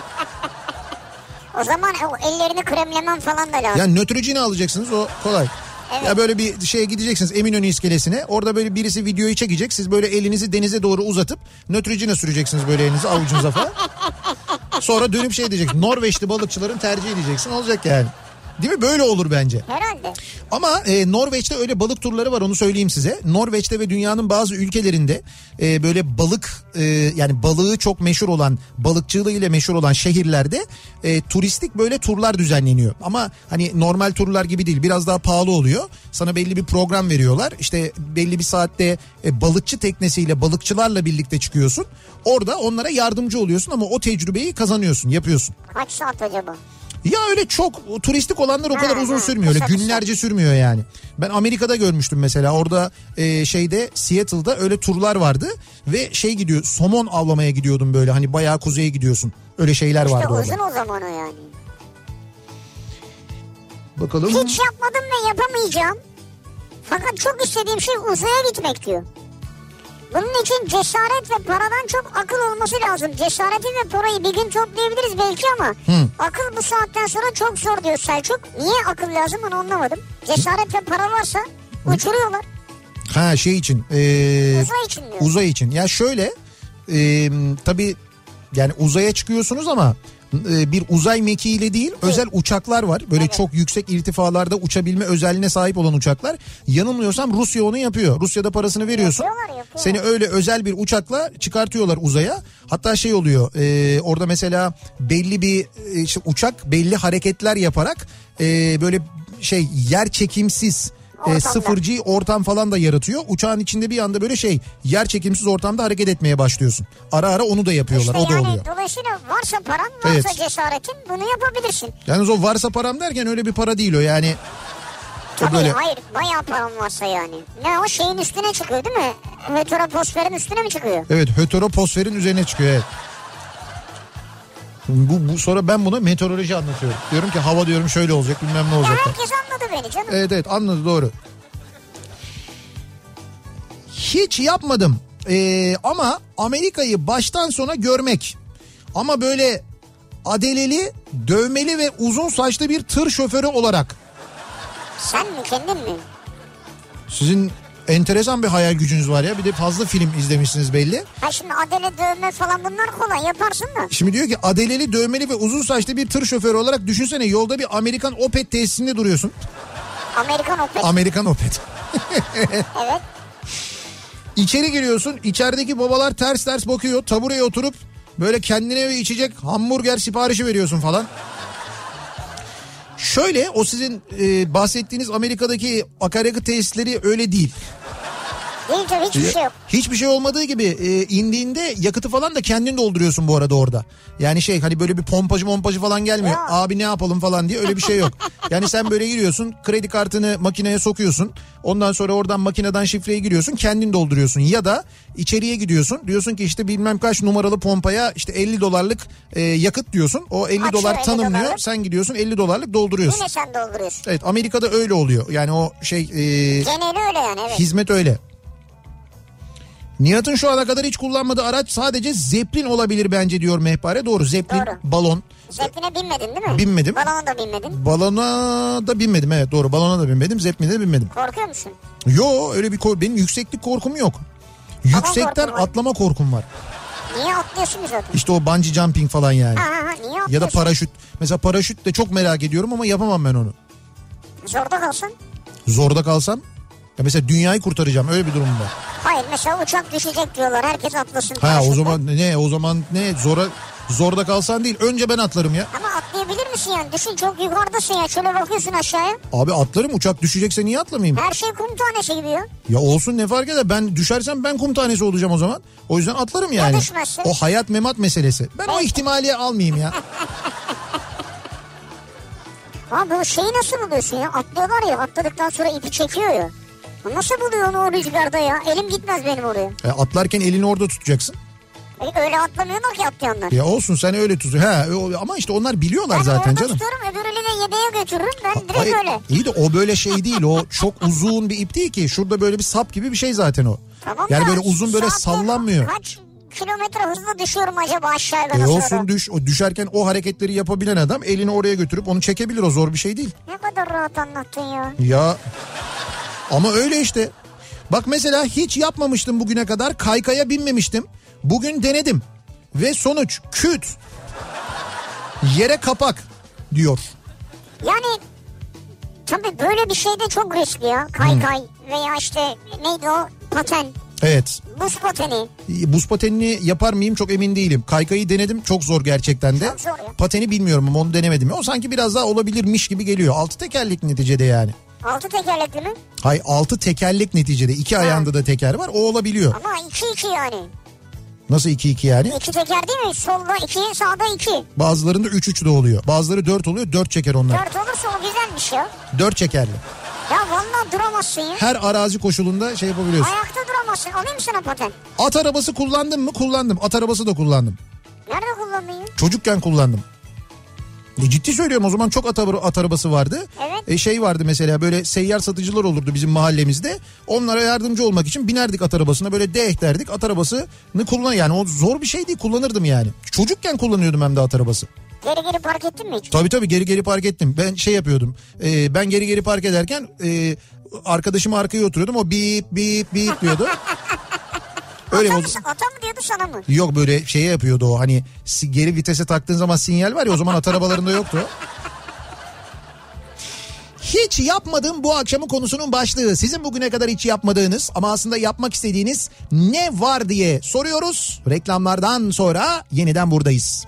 B: O zaman o ellerini kremlemen falan da lazım.
A: Yani nötrojini alacaksınız, o kolay.
B: Evet.
A: Ya böyle bir şeye gideceksiniz, Eminönü iskelesine. Orada böyle birisi videoyu çekecek. Siz böyle elinizi denize doğru uzatıp nötrojine süreceksiniz böyle elinizi avucunuza falan. Sonra dönüp şey diyeceksin. Norveçli balıkçıların tercih edeceksin. Olacak yani. Değil mi? Böyle olur bence.
B: Herhalde.
A: Ama e, Norveç'te öyle balık turları var, onu söyleyeyim size. Norveç'te ve dünyanın bazı ülkelerinde e, böyle balık e, yani balığı çok meşhur olan, balıkçılığıyla meşhur olan şehirlerde e, turistik böyle turlar düzenleniyor. Ama hani normal turlar gibi değil, biraz daha pahalı oluyor. Sana belli bir program veriyorlar. İşte belli bir saatte e, balıkçı teknesiyle balıkçılarla birlikte çıkıyorsun. Orada onlara yardımcı oluyorsun ama o tecrübeyi kazanıyorsun, yapıyorsun.
B: Kaç saat acaba?
A: Ya öyle çok turistik olanlar o
B: Ha,
A: kadar uzun
B: ha,
A: sürmüyor. Öyle
B: kısa
A: günlerce
B: kısa.
A: sürmüyor yani. Ben Amerika'da görmüştüm mesela. Orada e, şeyde Seattle'da öyle turlar vardı. Ve şey gidiyor, somon avlamaya gidiyordum böyle. Hani bayağı kuzeye gidiyorsun. Öyle şeyler
B: İşte
A: vardı orada.
B: uzun o zaman o yani.
A: Bakalım.
B: Hiç yapmadım ve yapamayacağım. Fakat çok istediğim şey uzaya gitmek diyor. Bunun için cesaret ve paradan çok akıl olması lazım. Cesareti ve parayı bir gün toplayabiliriz belki ama
A: Hı.
B: akıl bu saatten sonra çok zor diyor Selçuk. Niye akıl lazım onu anlamadım. Cesaret ve para varsa uçuruyorlar.
A: Ha şey için. E,
B: Uzay için diyor.
A: Uzay için. Ya şöyle e, tabii yani uzaya çıkıyorsunuz ama e, bir uzay mekiğiyle değil özel uçaklar var. Böyle
B: Evet.
A: çok yüksek irtifalarda uçabilme özelliğine sahip olan uçaklar. Yanılmıyorsam Rusya onu yapıyor. Rusya'da parasını veriyorsun.
B: Yapıyorlar, yapıyorlar.
A: Seni öyle özel bir uçakla çıkartıyorlar uzaya. Hatta şey oluyor e, orada mesela belli bir e, işte uçak belli hareketler yaparak e, böyle şey yer çekimsiz e, sıfır G ortam falan da yaratıyor. Uçağın içinde bir anda böyle şey yer çekimsiz ortamda hareket etmeye başlıyorsun. Ara ara onu da yapıyorlar.
B: İşte
A: o da
B: yani
A: oluyor.
B: dolayısıyla varsa paran varsa
A: Evet.
B: cesaretin bunu yapabilirsin.
A: Yalnız o varsa param derken öyle bir para değil o yani. O
B: Tabii
A: böyle
B: hayır bayağı paran varsa yani. Ne o şeyin üstüne çıkıyor değil mi? Metroposferin üstüne mi çıkıyor?
A: evet heteroposferin üzerine çıkıyor evet. Bu, bu sonra ben buna meteoroloji anlatıyorum. Diyorum ki hava diyorum şöyle olacak bilmem ne
B: Ya
A: olacak.
B: herkes anladı beni canım.
A: Evet evet anladı doğru. Hiç yapmadım ee, ama Amerika'yı baştan sona görmek. Ama böyle adeleli, dövmeli ve uzun saçlı bir tır şoförü olarak.
B: Sen mi kendin mi?
A: Sizin enteresan bir hayal gücünüz var ya. Bir de fazla film izlemişsiniz belli.
B: Ha şimdi adele dövme falan bunlar kolay yaparsın da.
A: Şimdi diyor ki adeleli, dövmeli ve uzun saçlı bir tır şoförü olarak düşünsene yolda bir Amerikan Opet tesisinde duruyorsun.
B: Amerikan Opet.
A: Amerikan Opet.
B: Evet.
A: İçeri giriyorsun. İçerideki babalar ters ters bakıyor. Tabureye oturup böyle kendine bir içecek hamburger siparişi veriyorsun falan. Şöyle o sizin e, bahsettiğiniz Amerika'daki akaryakıt tesisleri öyle değil.
B: Değil tabii hiçbir şey yok.
A: Hiçbir şey olmadığı gibi e, indiğinde yakıtı falan da kendin dolduruyorsun bu arada orada. Yani şey hani böyle bir pompacı mompacı falan gelmiyor.
B: Yok.
A: Abi ne yapalım falan diye öyle bir şey yok. Yani sen böyle giriyorsun kredi kartını makineye sokuyorsun. Ondan sonra oradan makineden şifreyi giriyorsun kendin dolduruyorsun. Ya da içeriye gidiyorsun diyorsun ki işte bilmem kaç numaralı pompaya işte elli dolarlık e, yakıt diyorsun. O elli
B: Açıyor
A: dolar
B: elli
A: tanımlıyor
B: dolarlık.
A: sen gidiyorsun elli dolarlık dolduruyorsun.
B: Yine sen dolduruyorsun.
A: Evet Amerika'da öyle oluyor. Yani o şey e,
B: Geneli öyle yani evet.
A: hizmet öyle. Nihat'ın şu ana kadar hiç kullanmadığı araç sadece Zeppelin olabilir bence diyor Mehpare. Doğru Zeppelin
B: Doğru.
A: balon.
B: Zeppelin'e binmedin değil mi?
A: Binmedim.
B: Balona da binmedin.
A: Balona da binmedim evet doğru balona da binmedim Zeppelin'e de binmedim.
B: Korkuyor musun?
A: Yo öyle bir korku benim yükseklik korkum yok. Yüksekten
B: korkum var.
A: atlama korkum var.
B: Niye atlıyorsun zaten?
A: İşte o bungee jumping falan yani.
B: Ha ha ha niye atlıyorsun?
A: Ya da paraşüt. Mesela paraşüt de çok merak ediyorum ama yapamam ben onu.
B: Zorda kalsın.
A: Zorda kalsam ya mesela dünyayı kurtaracağım öyle bir durum var.
B: Hayır mesela uçak düşecek diyorlar herkes atlasın.
A: Ha
B: paraşütle.
A: o zaman ne o zaman ne zora zorda kalsan değil önce ben atlarım ya.
B: Ama atlayabilir misin yani? Düşün çok yukarıdasın ya. Şöyle bakıyorsun aşağıya.
A: Abi atlarım uçak düşecekse niye atlamayayım?
B: Her şey kum tanesi gibi ya.
A: Ya olsun ne fark eder ben düşersem ben kum tanesi olacağım o zaman. O yüzden atlarım yani.
B: düşmezse?
A: O hayat memat meselesi. Ben o
B: Belki.
A: ihtimali almayayım ya.
B: Ha bu şeyi nasıl buluyorsun ya? Atlıyorlar ya atladıktan sonra ipi çekiyor ya. Nasıl buluyor onu o rüzgarda ya? Elim gitmez benim oraya.
A: E, atlarken elini orada tutacaksın.
B: E, öyle atlamıyorlar ki atlayanlar.
A: Ya olsun sen öyle tut. Ha o- ama işte onlar biliyorlar
B: Ben
A: zaten
B: orada
A: canım.
B: tutuyorum öbür eline yedeğe götürürüm ben direkt
A: Hayır,
B: öyle.
A: iyi de o böyle şey değil. O çok uzun bir ip değil ki. Şurada böyle bir sap gibi bir şey zaten o.
B: Tamam
A: yani
B: da
A: böyle uzun böyle
B: saatte
A: sallanmıyor.
B: Kaç kilometre hızla düşüyorum acaba aşağıya
A: E
B: kadar
A: olsun
B: sonra?
A: düş. O düşerken o hareketleri yapabilen adam elini oraya götürüp onu çekebilir. O zor bir şey değil.
B: Ne kadar rahat anlattın ya.
A: Ya ama öyle işte. Bak mesela hiç yapmamıştım bugüne kadar. Kaykaya binmemiştim. Bugün denedim. Ve sonuç küt. Yere kapak diyor.
B: Yani tabii böyle bir şey de çok riskli ya. Kaykay veya işte neydi o paten.
A: Evet.
B: Buz pateni.
A: Buz patenini yapar mıyım çok emin değilim. Kaykayı denedim çok zor gerçekten de.
B: Çok zor ya.
A: Pateni bilmiyorum ama onu denemedim. O sanki biraz daha olabilirmiş gibi geliyor. Altı tekerlek neticede yani.
B: Altı tekerlekli mi?
A: Hay altı tekerlek neticede. İki ayağında da teker var o olabiliyor.
B: Ama iki iki yani.
A: Nasıl iki iki yani?
B: İki teker değil mi? Solda iki, sağda iki.
A: Bazılarında üç üç de oluyor. Bazıları dört oluyor, dört çeker onlar.
B: Dört olursa o güzelmiş ya.
A: Dört çekerli.
B: Ya vallahi duramazsın ya.
A: Her arazi koşulunda şey yapabiliyorsun.
B: Ayakta duramazsın. Alayım sana paten.
A: At arabası kullandın mı? Kullandım. At arabası da kullandım.
B: Nerede kullandın ya?
A: Çocukken kullandım. E ciddi söylüyorum, o zaman çok at, at arabası vardı.
B: Evet.
A: E şey vardı mesela, böyle seyyar satıcılar olurdu bizim mahallemizde. Onlara yardımcı olmak için binerdik at arabasına, böyle deh derdik, at arabasını kullan, yani o zor bir şey değil, kullanırdım yani. Çocukken kullanıyordum hem de at arabası.
B: Geri geri park ettin mi hiç?
A: Tabii tabii geri geri park ettim. Ben şey yapıyordum. E, ben geri geri park ederken e, arkadaşım arkaya oturuyordum. O bip bip bip diyordu. Öyle
B: ata,
A: o...
B: mı, ata mı diyordu sana mı?
A: Yok, böyle şeye yapıyordu o, hani geri vitese taktığın zaman sinyal var ya, o zaman at arabalarında yoktu. Hiç yapmadığım bu akşamın konusunun başlığı. Sizin bugüne kadar hiç yapmadığınız ama aslında yapmak istediğiniz ne var diye soruyoruz. Reklamlardan sonra yeniden buradayız.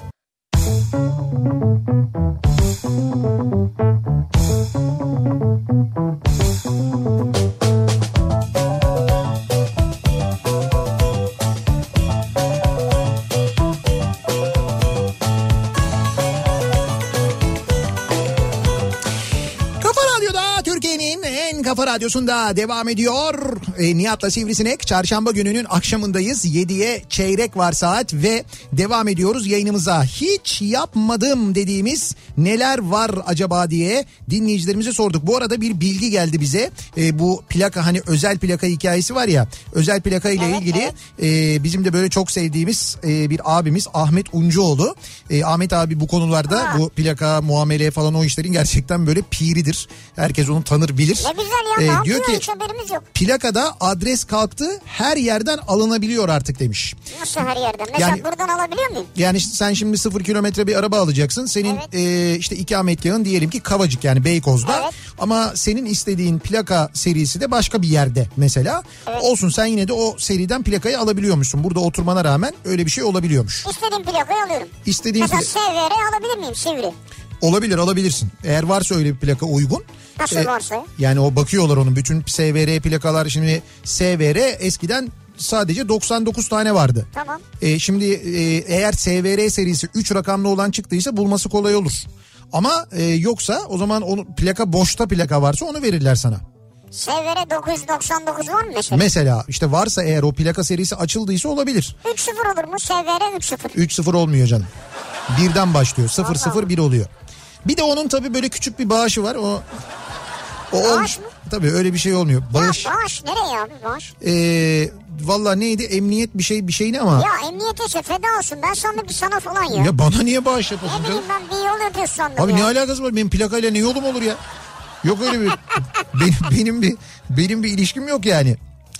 A: Kafa Radyosu'nda devam ediyor. E, Nihat'la Sivrisinek, çarşamba gününün akşamındayız. yediye çeyrek var saat ve devam ediyoruz yayınımıza. Hiç yapmadım dediğimiz neler var acaba diye dinleyicilerimize sorduk. Bu arada bir bilgi geldi bize. E, bu plaka, hani özel plaka hikayesi var ya. Özel plaka ile
B: evet,
A: ilgili
B: evet.
A: E, bizim de böyle çok sevdiğimiz e, bir abimiz Ahmet Uncuoğlu. E, Ahmet abi bu konularda, ha. bu plaka, muamele falan o işlerin gerçekten böyle piridir. Herkes onu tanır, bilir.
B: Ne güzel ya,
A: ee, diyor ki
B: hiç haberimiz yok.
A: Plakada adres kalktı, her yerden alınabiliyor artık demiş.
B: Nasıl her yerden? Mesela
A: yani,
B: buradan alabiliyor muyum?
A: Yani sen şimdi sıfır kilometre bir araba alacaksın. Senin evet. e, işte ikametgahın diyelim ki Kavacık, yani Beykoz'da. Evet. Ama senin istediğin plaka serisi de başka bir yerde mesela. Evet. Olsun, sen yine de o seriden plakayı alabiliyormuşsun. Burada oturmana rağmen öyle bir şey olabiliyormuş.
B: İstediğim plakayı alıyorum.
A: İstediğin
B: mesela
A: pla-
B: S V R alabilir miyim, Sivri?
A: Olabilir, alabilirsin. Eğer varsa öyle bir plaka uygun.
B: Nasıl e, varsa?
A: Yani o bakıyorlar onun bütün S V R plakalar. Şimdi S V R eskiden sadece doksan dokuz tane vardı.
B: Tamam.
A: E, şimdi e, eğer S V R serisi üç rakamlı olan çıktıysa bulması kolay olur. Ama e, yoksa o zaman onu, plaka boşta plaka varsa onu verirler sana.
B: S V R dokuz yüz doksan dokuz var mı mesela?
A: Mesela işte varsa eğer, o plaka serisi açıldıysa olabilir.
B: üç sıfır olur mu? S V R üç sıfır.
A: üç sıfır olmuyor canım. Birden başlıyor. sıfır sıfır bir oluyor. Bir de onun tabii böyle küçük bir bağışı var. O O
B: bağış mı?
A: Tabii öyle bir şey olmuyor. Bağış.
B: Ya bağış nereye abi, bağış?
A: Ee, Valla neydi, emniyet bir şey bir şey ne ama.
B: Ya emniyete ise feda olsun, ben sandım ki sana falan ya.
A: Ya bana niye bağış yapıyorsun
B: ne
A: canım?
B: bileyim, ben bir yol yapıyorsun sandım
A: abi
B: ya.
A: Ne alakası var, benim plakayla ne yolum olur ya? Yok öyle bir benim, benim bir benim bir ilişkim yok yani.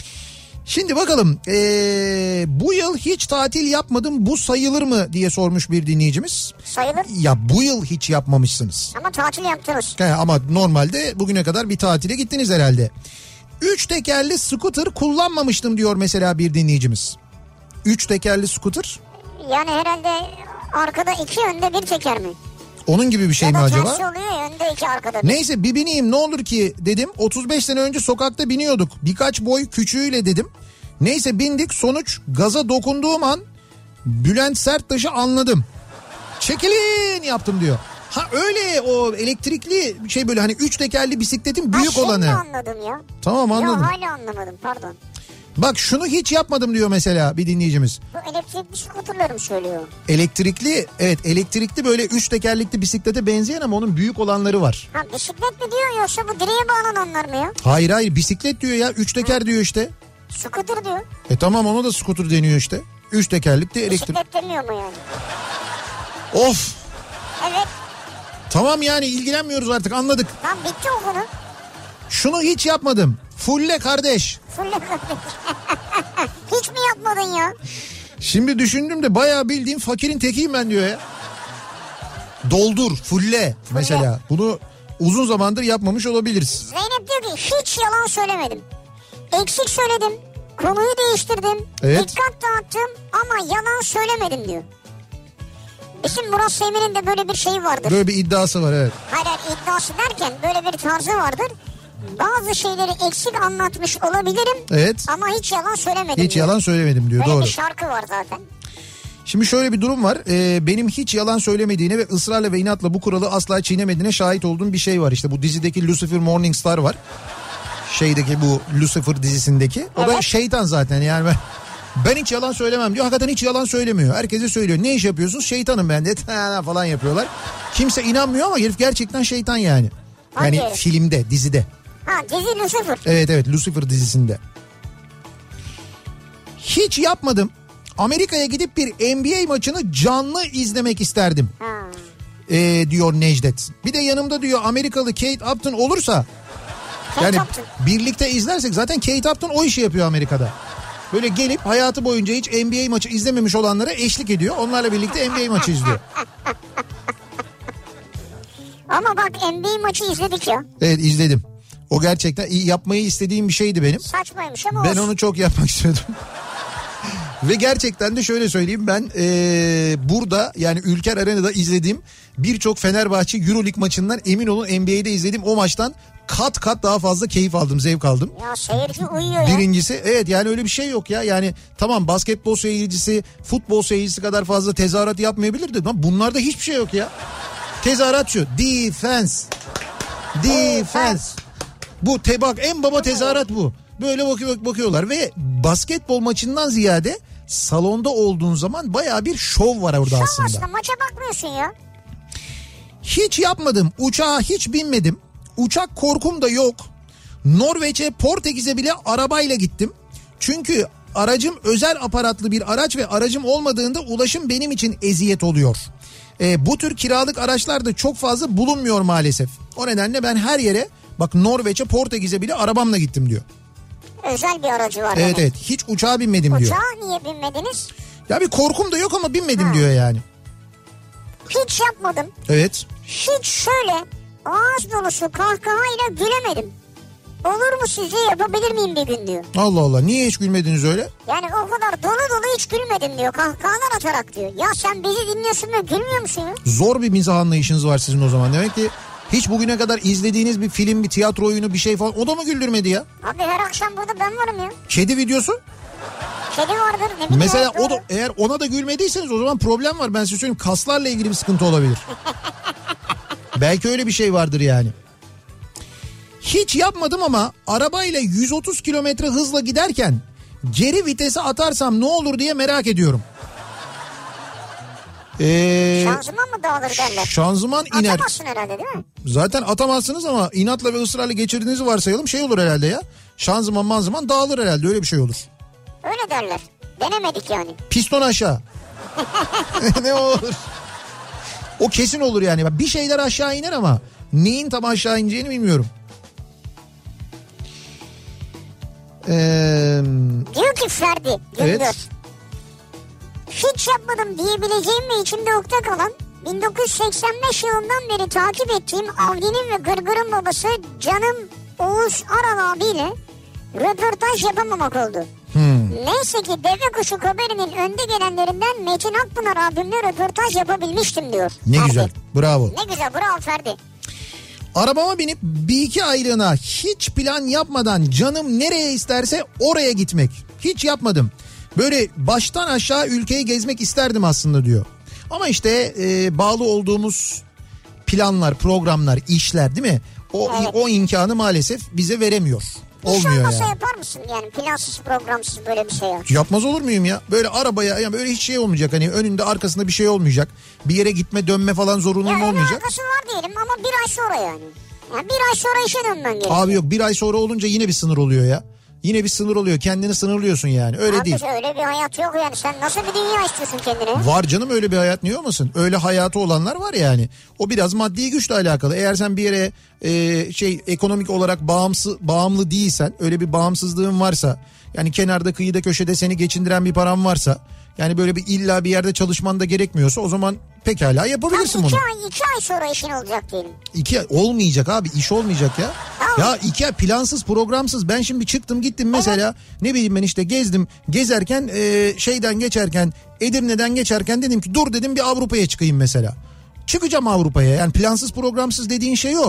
A: Şimdi bakalım ee, bu yıl hiç tatil yapmadım, bu sayılır mı diye sormuş bir dinleyicimiz.
B: Sayılır.
A: Ya bu yıl hiç yapmamışsınız.
B: Ama tatil yaptınız.
A: He, ama normalde bugüne kadar bir tatile gittiniz herhalde. Üç tekerli scooter kullanmamıştım diyor mesela bir dinleyicimiz. Üç tekerli scooter?
B: Yani herhalde arkada iki, önde bir teker mi?
A: Onun gibi bir şey mi acaba?
B: Ya da tersi oluyor ya, önde iki, arkada bir.
A: Neyse bir bineyim ne olur ki dedim. otuz beş sene önce sokakta biniyorduk. Birkaç boy küçüğüyle dedim. Neyse bindik, sonuç gaza dokunduğum an Bülent Serttaş'ı anladım. Çekilin yaptım diyor. Ha öyle, o elektrikli şey, böyle hani üç tekerli bisikletin büyük
B: ha,
A: olanı.
B: Ha anladım ya.
A: Tamam anladım.
B: Yok hala anlamadım, pardon.
A: Bak şunu hiç yapmadım diyor mesela bir dinleyicimiz.
B: Bu elektrikli skuterları mı söylüyor?
A: Elektrikli, evet elektrikli böyle üç tekerlekli bisiklete benzeyen ama onun büyük olanları var.
B: Ha bisiklet mi diyor, yoksa bu direğe bağlananlar mı ya?
A: Hayır hayır, bisiklet diyor ya, üç teker ha. diyor işte.
B: Skuter diyor.
A: E tamam, ona da skuter deniyor işte. Üç tekerlikli elektrik.
B: Bisiklet demiyor mu yani?
A: Of.
B: Evet.
A: Tamam yani ilgilenmiyoruz artık, anladık.
B: Tamam bitti o konu.
A: Şunu hiç yapmadım. Fulle kardeş.
B: Fulle kardeş. Hiç mi yapmadın ya?
A: Şimdi düşündüm de bayağı bildiğim fakirin tekiyim ben diyor ya. Doldur, fulle mesela. Bunu uzun zamandır yapmamış olabiliriz.
B: Zeynep diyor ki hiç yalan söylemedim. Eksik söyledim. Konuyu değiştirdim.
A: Evet.
B: Dikkat dağıttım ama yalan söylemedim diyor. Bizim Murat Semir'in de böyle bir şeyi vardır.
A: Böyle bir iddiası var, evet.
B: Hayır, hayır iddiası derken böyle bir tarzı vardır. bazı şeyleri eksik anlatmış olabilirim.
A: Evet.
B: Ama hiç yalan söylemedim
A: Hiç
B: diyor.
A: yalan söylemedim diyor.
B: Böyle
A: Doğru.
B: bir şarkı var zaten.
A: Şimdi şöyle bir durum var. Ee, benim hiç yalan söylemediğine ve ısrarla ve inatla bu kuralı asla çiğnemediğine şahit olduğum bir şey var. İşte bu dizideki Lucifer Morningstar var. Şeydeki bu Lucifer dizisindeki. O
B: evet.
A: da şeytan zaten yani ben... Ben hiç yalan söylemem diyor. Hakikaten hiç yalan söylemiyor. Herkese söylüyor. Ne iş yapıyorsunuz? Şeytanım ben de falan yapıyorlar. Kimse inanmıyor ama herif gerçekten şeytan yani. Yani
B: Hangi?
A: filmde, dizide.
B: Ha dizi Lucifer.
A: Evet evet Lucifer dizisinde. Hiç yapmadım. Amerika'ya gidip bir N B A maçını canlı izlemek isterdim.
B: Ha.
A: Ee, diyor Necdet. Bir de yanımda diyor Amerikalı Kate Upton olursa.
B: Kate
A: yani
B: Upton.
A: birlikte izlersek zaten Kate Upton o işi yapıyor Amerika'da. Böyle gelip hayatı boyunca hiç N B A maçı izlememiş olanlara eşlik ediyor. Onlarla birlikte N B A maçı izliyor.
B: Ama bak N B A maçı izledik ya.
A: Evet izledim. O gerçekten iyi yapmayı istediğim bir şeydi benim.
B: Saçmaymış ama
A: Ben
B: olsun.
A: onu çok yapmak istiyordum. Ve gerçekten de şöyle söyleyeyim ben ee, burada yani Ülker Arena'da izlediğim birçok Fenerbahçe Euroleague maçından emin olun N B A'de izlediğim o maçtan kat kat daha fazla keyif aldım, zevk aldım.
B: Ya seyirci uyuyor ya.
A: Birincisi evet yani öyle bir şey yok ya. Yani tamam basketbol seyircisi futbol seyircisi kadar fazla tezahürat yapmayabilir de bunlarda hiçbir şey yok ya. Tezahürat şu. Defense. Defense. Bu te bak en baba tezahürat bu. Böyle bakıyor, bakıyorlar ve basketbol maçından ziyade salonda olduğun zaman bayağı bir şov var orada
B: Şov
A: aslında.
B: aslında maça bakmıyorsun ya.
A: Hiç yapmadım. Uçağa hiç binmedim. Uçak korkum da yok. Norveç'e, Portekiz'e bile arabayla gittim. Çünkü aracım özel aparatlı bir araç ve aracım olmadığında ulaşım benim için eziyet oluyor. E, bu tür kiralık araçlar da çok fazla bulunmuyor maalesef. O nedenle ben her yere bak Norveç'e, Portekiz'e bile arabamla gittim diyor.
B: Özel bir aracı var.
A: Evet
B: yani.
A: evet hiç uçağa binmedim
B: Uçağa
A: diyor.
B: Uçağa niye binmediniz?
A: Ya bir korkum da yok ama binmedim
B: Ha.
A: diyor yani.
B: Hiç yapmadım.
A: Evet.
B: Hiç şöyle ağız dolusu kahkahayla gülemedim. Olur mu sizce yapabilir miyim bir gün diyor.
A: Allah Allah niye hiç gülmediniz öyle?
B: Yani o kadar dolu dolu hiç gülmedim diyor. Kahkahalar atarak diyor. Ya sen bizi dinliyorsun ve gülmüyor musun ya?
A: Zor bir mizah anlayışınız var sizin o zaman. Demek ki hiç bugüne kadar izlediğiniz bir film, bir tiyatro oyunu, bir şey falan o da mı güldürmedi ya?
B: Abi her akşam burada ben varım ya.
A: Kedi videosu?
B: Kedi vardır ne bileyim.
A: Mesela
B: evet,
A: o da, eğer ona da gülmediyseniz o zaman problem var. Ben size söyleyeyim kaslarla ilgili bir sıkıntı olabilir. Belki öyle bir şey vardır yani. Hiç yapmadım ama arabayla yüz otuz kilometre hızla giderken geri vitese atarsam ne olur diye merak ediyorum. Ee,
B: Şanzıman mı dağılır derler?
A: Şanzıman iner.
B: Atamazsın herhalde değil mi?
A: Zaten atamazsınız ama inatla ve ısrarla geçirdiğinizi varsayalım şey olur herhalde ya. Şanzıman manzıman dağılır herhalde öyle bir şey olur.
B: Öyle derler. Denemedik yani.
A: Piston aşağı. Ne olur. O kesin olur yani. Bir şeyler aşağı iner ama neyin tam aşağı ineceğini bilmiyorum. Ee,
B: Diyor ki Ferdi Güngör.
A: Evet.
B: Hiç yapmadım diyebileceğim ve içimde ukde kalan bin dokuz yüz seksen beş yılından beri takip ettiğim Avni'nin ve Gırgır'ın babası canım Oğuz Aral abiyle röportaj yapamamak oldu.
A: Hmm.
B: Neyse ki Deve Kuşu haberinin önde gelenlerinden Metin Akpınar abimle röportaj yapabilmiştim diyor.
A: Ne
B: Ferdi.
A: güzel. Bravo.
B: Ne güzel bravo Ferdi.
A: Arabama binip bir iki aylığına hiç plan yapmadan canım nereye isterse oraya gitmek. Hiç yapmadım. Böyle baştan aşağı ülkeyi gezmek isterdim aslında diyor. Ama işte e, bağlı olduğumuz planlar, programlar, işler değil mi? O
B: Evet.
A: o imkanı maalesef bize veremiyor.
B: Hiç
A: Olmuyor
B: olmasa
A: yani.
B: yapar mısın yani plansız programsız böyle bir şey ya?
A: Yapmaz olur muyum ya? Böyle arabaya yani böyle hiç şey olmayacak. Hani önünde arkasında bir şey olmayacak. Bir yere gitme dönme falan zorunluluğum
B: Ya
A: olmayacak.
B: arkası var diyelim ama bir ay sonra yani. Yani bir ay sonra işe dönmen gerekiyor.
A: Abi yok bir ay sonra olunca yine bir sınır oluyor ya. Yine bir sınır oluyor. Kendini sınırlıyorsun yani. Öyle
B: Abi
A: değil.
B: öyle bir hayat yok yani. Sen nasıl bir dünya istiyorsun kendine?
A: Var canım öyle bir hayat niye olmasın? Öyle hayatı olanlar var yani. O biraz maddi güçle alakalı. Eğer sen bir yere e, şey ekonomik olarak bağımsız bağımlı değilsen, öyle bir bağımsızlığın varsa, yani kenarda kıyıda köşede seni geçindiren bir paran varsa, yani böyle bir illa bir yerde çalışman da gerekmiyorsa o zaman pekala yapabilirsin
B: Tam
A: bunu.
B: iki ay, iki ay sonra işin olacak diyelim.
A: İki ay olmayacak abi, iş olmayacak ya.
B: Tamam.
A: Ya iki ay plansız programsız, ben şimdi çıktım gittim mesela, ne bileyim ben işte gezdim gezerken e, şeyden geçerken Edirne'den geçerken dedim ki dur dedim bir Avrupa'ya çıkayım mesela. Çıkacağım Avrupa'ya, yani plansız programsız dediğin şey o.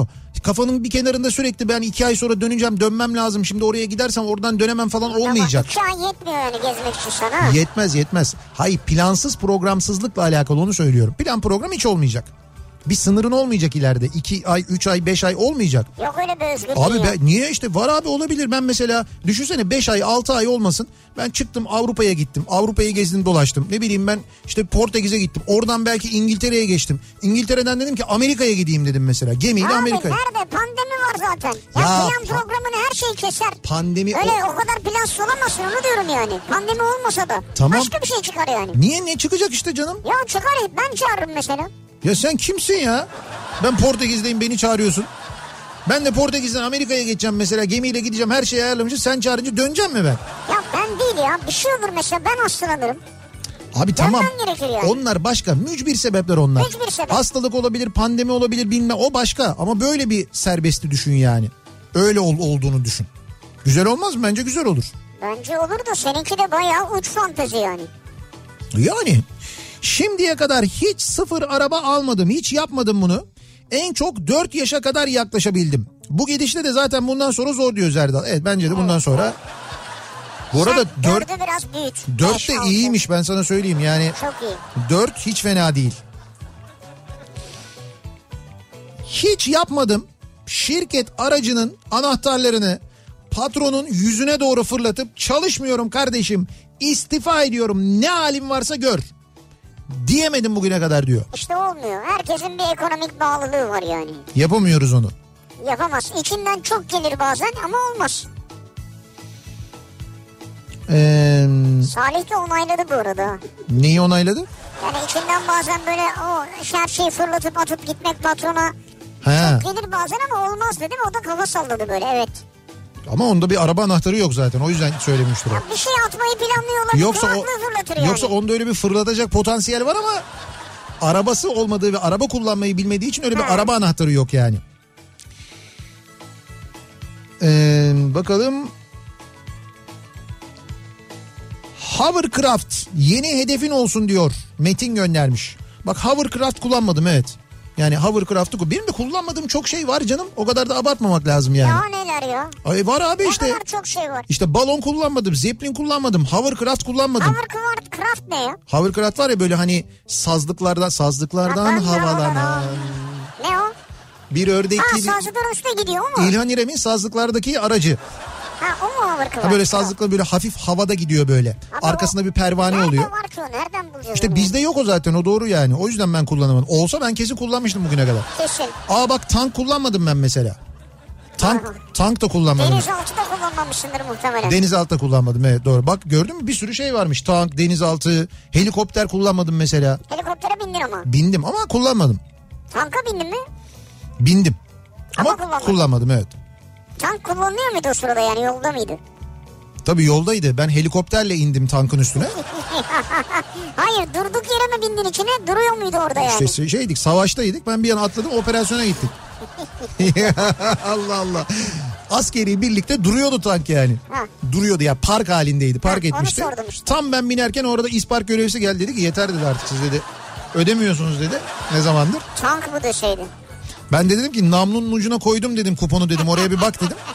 A: kafanın bir kenarında sürekli ben iki ay sonra döneceğim, dönmem lazım. Şimdi oraya gidersem oradan dönemem falan olmayacak.
B: Ama iki ay yetmiyor yani gezmek için sana.
A: Yetmez yetmez. Hayır, plansız programsızlıkla alakalı onu söylüyorum. Plan program hiç olmayacak. Bir sınırın olmayacak ileride. iki ay, üç ay, beş ay olmayacak.
B: Yok öyle bir özgürlüğü
A: Abi
B: yok.
A: ben, niye işte var abi, olabilir. Ben mesela düşünsene beş ay altı ay olmasın. Ben çıktım Avrupa'ya gittim. Avrupa'yı gezdim dolaştım. Ne bileyim ben işte Portekiz'e gittim. Oradan belki İngiltere'ye geçtim. İngiltere'den dedim ki Amerika'ya gideyim dedim mesela. Gemiyle
B: abi
A: Amerika'ya.
B: Abi nerede? Pandemi var zaten. Ya,
A: Ya
B: plan programını her şeyi keser.
A: Pandemi
B: öyle
A: o...
B: o kadar plansız olamazsın, onu diyorum yani. Pandemi olmasa da.
A: Tamam.
B: Başka bir şey çıkar yani.
A: Niye, ne çıkacak işte canım?
B: Ya çıkar, ben çağırırım mesela.
A: Ya sen kimsin ya? Ben Portekiz'deyim, beni çağırıyorsun. Ben de Portekiz'den Amerika'ya geçeceğim mesela, gemiyle gideceğim, her şeyi ayarlamışım. Sen çağırınca döneceğim mi ben?
B: Ya ben değil ya, bir şey olur mesela, ben hastalanırım.
A: Abi tamam,
B: yani.
A: onlar başka mücbir sebepler onlar.
B: Mücbir sebep.
A: Hastalık olabilir, pandemi olabilir, bilmem, o başka. Ama böyle bir serbesti düşün yani. Öyle ol, olduğunu düşün. Güzel olmaz mı? Bence güzel olur.
B: Bence olur da seninki de bayağı uç fantezi yani.
A: Yani şimdiye kadar hiç sıfır araba almadım, hiç yapmadım bunu. En çok dört yaşa kadar yaklaşabildim. Bu gidişle de zaten bundan sonra zor diyor Zerdal. Evet, bence de bundan evet, sonra. Bu arada dört
B: biraz büyük.
A: dört de iyiymiş, ben sana söyleyeyim yani.
B: Çok iyi.
A: dört hiç fena değil. Hiç yapmadım. Şirket aracının anahtarlarını patronun yüzüne doğru fırlatıp çalışmıyorum kardeşim, istifa ediyorum, ne halim varsa gör diyemedim bugüne kadar diyor.
B: İşte olmuyor. Herkesin bir ekonomik bağlılığı var yani.
A: Yapamıyoruz onu.
B: Yapamaz. İçinden çok gelir bazen ama olmaz.
A: Ee,
B: Salih de onayladı bu arada.
A: Neyi onayladı?
B: Yani içinden bazen böyle o her şeyi fırlatıp atıp gitmek patrona
A: He.
B: çok gelir bazen ama olmaz dedim. O da kafa salladı böyle, evet.
A: Ama onda bir araba anahtarı yok zaten, o yüzden söylemiştir o.
B: Ya bir şey atmayı planlıyor olabilir.
A: Yoksa, o,
B: yani.
A: yoksa onda öyle bir fırlatacak potansiyel var ama arabası olmadığı ve araba kullanmayı bilmediği için öyle bir He. araba anahtarı yok yani. Ee, bakalım. Hovercraft yeni hedefin olsun diyor. Metin göndermiş. Bak, hovercraft kullanmadım, evet. Yani hovercraft'ı benim de kullanmadığım çok şey var canım. O kadar da abartmamak lazım yani.
B: Ya neler ya?
A: Ay var abi
B: ne
A: işte.
B: Ne kadar çok şey var.
A: İşte balon kullanmadım, zeplin kullanmadım, hovercraft kullanmadım.
B: Hovercraft ne ya?
A: Hovercraft var ya, böyle hani sazlıklardan sazlıklardan havalanan.
B: Ne o?
A: Bir ördek
B: ha,
A: gibi.
B: Ha, sazlıkların üstüne gidiyor mu?
A: İlhan İrem'in sazlıklardaki aracı.
B: Ha, o mu hovercraft?
A: Ha, böyle sazlıkla böyle hafif havada gidiyor böyle. Ama arkasında o, bir pervane oluyor.
B: Nerede var ki o? Nereden bulacağız?
A: İşte onu? Bizde yok o zaten, o doğru yani. O yüzden ben kullanamadım. Olsa ben kesin kullanmıştım bugüne kadar.
B: Kesin.
A: Aa bak, tank kullanmadım ben mesela. Tank Aha. tank da kullanmadım.
B: Denizaltı da kullanmamışsındır muhtemelen.
A: Denizaltı da kullanmadım, evet doğru. Bak gördün mü, bir sürü şey varmış. Tank, denizaltı, helikopter kullanmadım mesela.
B: Helikoptere bindin ama.
A: Bindim ama kullanmadım.
B: Tanka bindin mi?
A: Bindim. Ama, ama
B: kullanmadım.
A: kullanmadım, evet.
B: Tank kullanılıyor muydu o sırada, yani yolda mıydı?
A: Tabii yoldaydı. Ben helikopterle indim tankın üstüne.
B: Hayır, durduk yere mi bindin içine? Duruyor muydu orada yani?
A: İşte şeydik, savaştaydık. Ben bir yana atladım, operasyona gittik. Allah Allah. Askeri birlikte duruyordu tank yani. Ha. Duruyordu ya, park halindeydi. Park ha, etmişti.
B: Işte.
A: Tam ben binerken orada ispark görevlisi geldi, dedi ki yeter dedi, artık siz dedi ödemiyorsunuz dedi. Ne zamandır?
B: Tank mı deseydi?
A: Ben de dedim ki namlunun ucuna koydum dedim kuponu, dedim oraya bir bak dedim.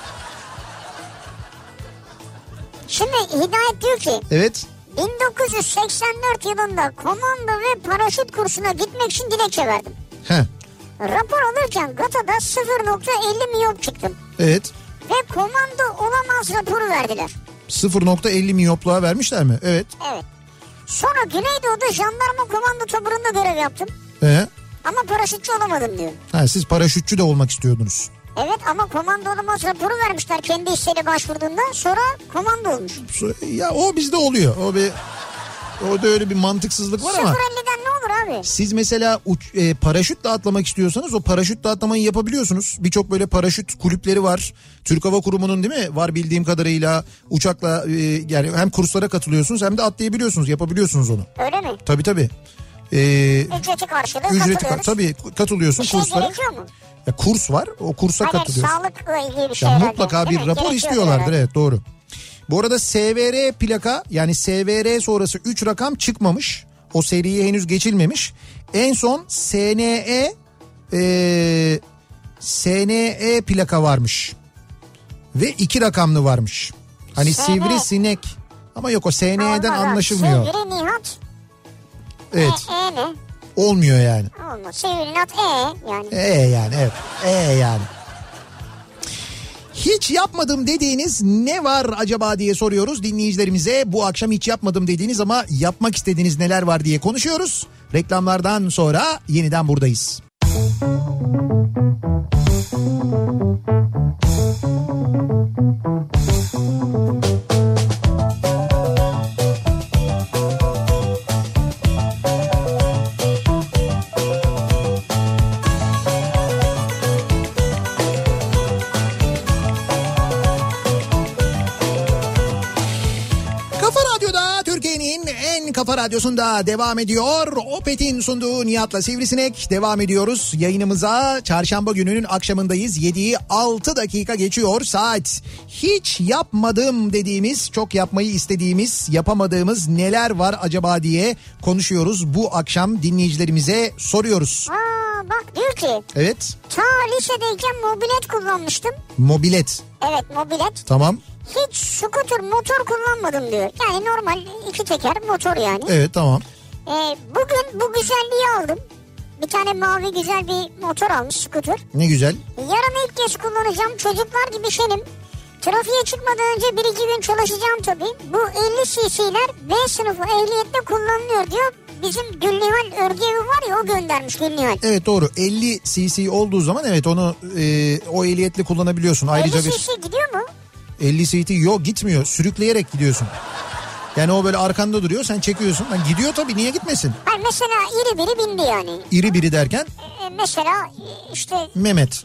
B: Şimdi Hidayet diyor ki.
A: Evet.
B: bin dokuz yüz seksen dört yılında komando ve paraşüt kursuna gitmek için dilekçe verdim.
A: He.
B: Rapor alırken GATA'da sıfır nokta elli miyop çıktım.
A: Evet.
B: Ve komando olamaz raporu verdiler.
A: sıfır nokta elli miyopluğa vermişler mi? Evet.
B: Evet. Sonra Güneydoğu'da jandarma komando taburunda görev yaptım.
A: Ee?
B: Ama paraşütçü olamadım diyor.
A: Ha, siz paraşütçü de olmak istiyordunuz.
B: Evet, ama komando olamaz raporu vermişler kendi isteğiyle başvurduğunda, sonra komando olmuş.
A: Ya o bizde oluyor. O bir o da öyle bir mantıksızlık var ama.
B: sıfır elliden ne olur abi?
A: Siz mesela uç, e, paraşütle atlamak istiyorsanız o paraşütle atlamayı yapabiliyorsunuz. Birçok böyle paraşüt kulüpleri var. Türk Hava Kurumu'nun değil mi? Var bildiğim kadarıyla uçakla e, yani hem kurslara katılıyorsunuz hem de atlayabiliyorsunuz, yapabiliyorsunuz onu.
B: Öyle mi?
A: Tabii tabii. Ee,
B: ücreti karşılığı
A: ücreti
B: katılıyoruz.
A: Tabii katılıyorsun
B: bir şey
A: kurslara.
B: Gerekiyor mu?
A: Ya kurs var, o kursa
B: Hayır,
A: katılıyorsun.
B: Sağlıkla ilgili bir şey.
A: Ya
B: herhalde,
A: mutlaka bir rapor
B: Gerekiyor
A: istiyorlardır
B: herhalde.
A: Evet doğru. Bu arada S V R plaka, yani S V R sonrası üç rakam çıkmamış. O seriye henüz geçilmemiş. En son S N E e, S N E plaka varmış. Ve iki rakamlı varmış. Hani
B: S N E.
A: sivrisinek. Ama yok, o S N E'den anlaşılmıyor.
B: Sivri Nihat.
A: Evet.
B: E, e ne?
A: Olmuyor yani.
B: Olmaz. Sivri Nihat E yani.
A: E yani evet. E yani. Hiç yapmadım dediğiniz ne var acaba diye soruyoruz dinleyicilerimize. Bu akşam hiç yapmadım dediğiniz ama yapmak istediğiniz neler var diye konuşuyoruz. Reklamlardan sonra yeniden buradayız. Kafa Radyosu'nda devam ediyor. Opet'in sunduğu Nihat'la Sivrisinek devam ediyoruz. Yayınımıza çarşamba gününün akşamındayız. yediyi altı dakika geçiyor saat. Hiç yapmadım dediğimiz, çok yapmayı istediğimiz, yapamadığımız neler var acaba diye konuşuyoruz. Bu akşam dinleyicilerimize soruyoruz.
B: Aa, bak diyor ki.
A: Evet.
B: Ta lisedeyken mobilet kullanmıştım.
A: Mobilet.
B: Evet, mobilet.
A: Tamam.
B: Hiç scooter, motor kullanmadım diyor. Yani normal iki teker motor yani.
A: Evet, tamam.
B: Ee, bugün bu güzelliği aldım. Bir tane mavi güzel bir motor almış, scooter.
A: Ne güzel.
B: Yarın ilk kez kullanacağım. Çocuklar gibi şenim. Trafiğe çıkmadan önce bir iki gün çalışacağım tabii. Bu elli cc'ler B sınıfı ehliyette kullanılıyor diyor. Bizim Gülnihal Örgüevi var ya, o göndermiş Gülnihal.
A: Evet doğru, elli cc olduğu zaman evet onu e, o ehliyetle kullanabiliyorsun. Ayrıca
B: elli
A: bir...
B: cc gidiyor mu?
A: elli cc yok, gitmiyor, sürükleyerek gidiyorsun. Yani o böyle arkanda duruyor, sen çekiyorsun. Yani gidiyor tabii, niye gitmesin?
B: Hayır, mesela iri biri bindi yani.
A: İri biri derken?
B: Ee, mesela işte...
A: Mehmet.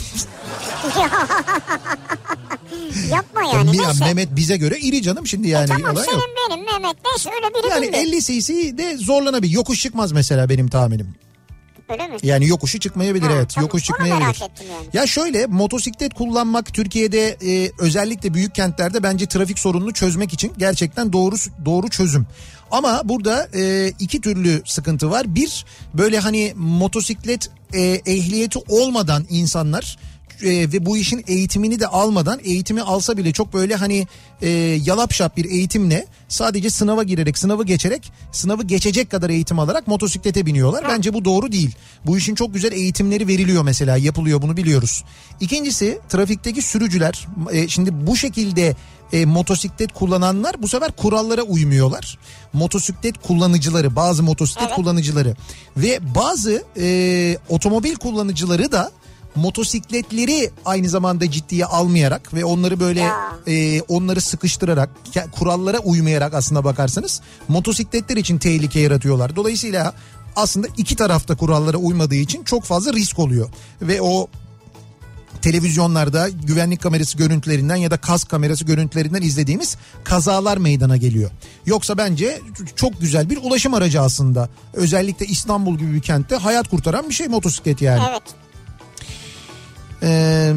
B: Yapma yani.
A: Bir,
B: neyse.
A: Mehmet bize göre iri canım şimdi yani.
B: E tamam,
A: olay
B: senin
A: yok.
B: benim Mehmet neyse öyle biri
A: Yani
B: bindi.
A: elli cc de zorlanabilir. Yokuş çıkmaz mesela benim tahminim.
B: Öyle mi?
A: Yani yokuşu çıkmayabilir,
B: ha,
A: evet.
B: Tabii,
A: yokuş
B: onu
A: çıkmayabilir.
B: merak ettim yani.
A: Ya şöyle, motosiklet kullanmak Türkiye'de e, özellikle büyük kentlerde bence trafik sorununu çözmek için gerçekten doğru doğru çözüm. Ama burada e, iki türlü sıkıntı var. Bir, böyle hani motosiklet e, ehliyeti olmadan insanlar e, ve bu işin eğitimini de almadan, eğitimi alsa bile çok böyle hani e, yalapşap bir eğitimle sadece sınava girerek, sınavı geçerek, sınavı geçecek kadar eğitim alarak motosiklete biniyorlar. Bence bu doğru değil. Bu işin çok güzel eğitimleri veriliyor mesela, yapılıyor, bunu biliyoruz. İkincisi, trafikteki sürücüler e, şimdi bu şekilde e, motosiklet kullananlar bu sefer kurallara uymuyorlar. Motosiklet kullanıcıları, bazı motosiklet
B: evet.
A: kullanıcıları ve bazı e, otomobil kullanıcıları da motosikletleri aynı zamanda ciddiye almayarak ve onları böyle e, onları sıkıştırarak, kurallara uymayarak aslında bakarsanız motosikletler için tehlike yaratıyorlar. Dolayısıyla aslında iki tarafta kurallara uymadığı için çok fazla risk oluyor ve o televizyonlarda güvenlik kamerası görüntülerinden ya da kask kamerası görüntülerinden izlediğimiz kazalar meydana geliyor. Yoksa bence çok güzel bir ulaşım aracı aslında. Özellikle İstanbul gibi bir kentte hayat kurtaran bir şey motosiklet yani.
B: Evet.
A: Ee,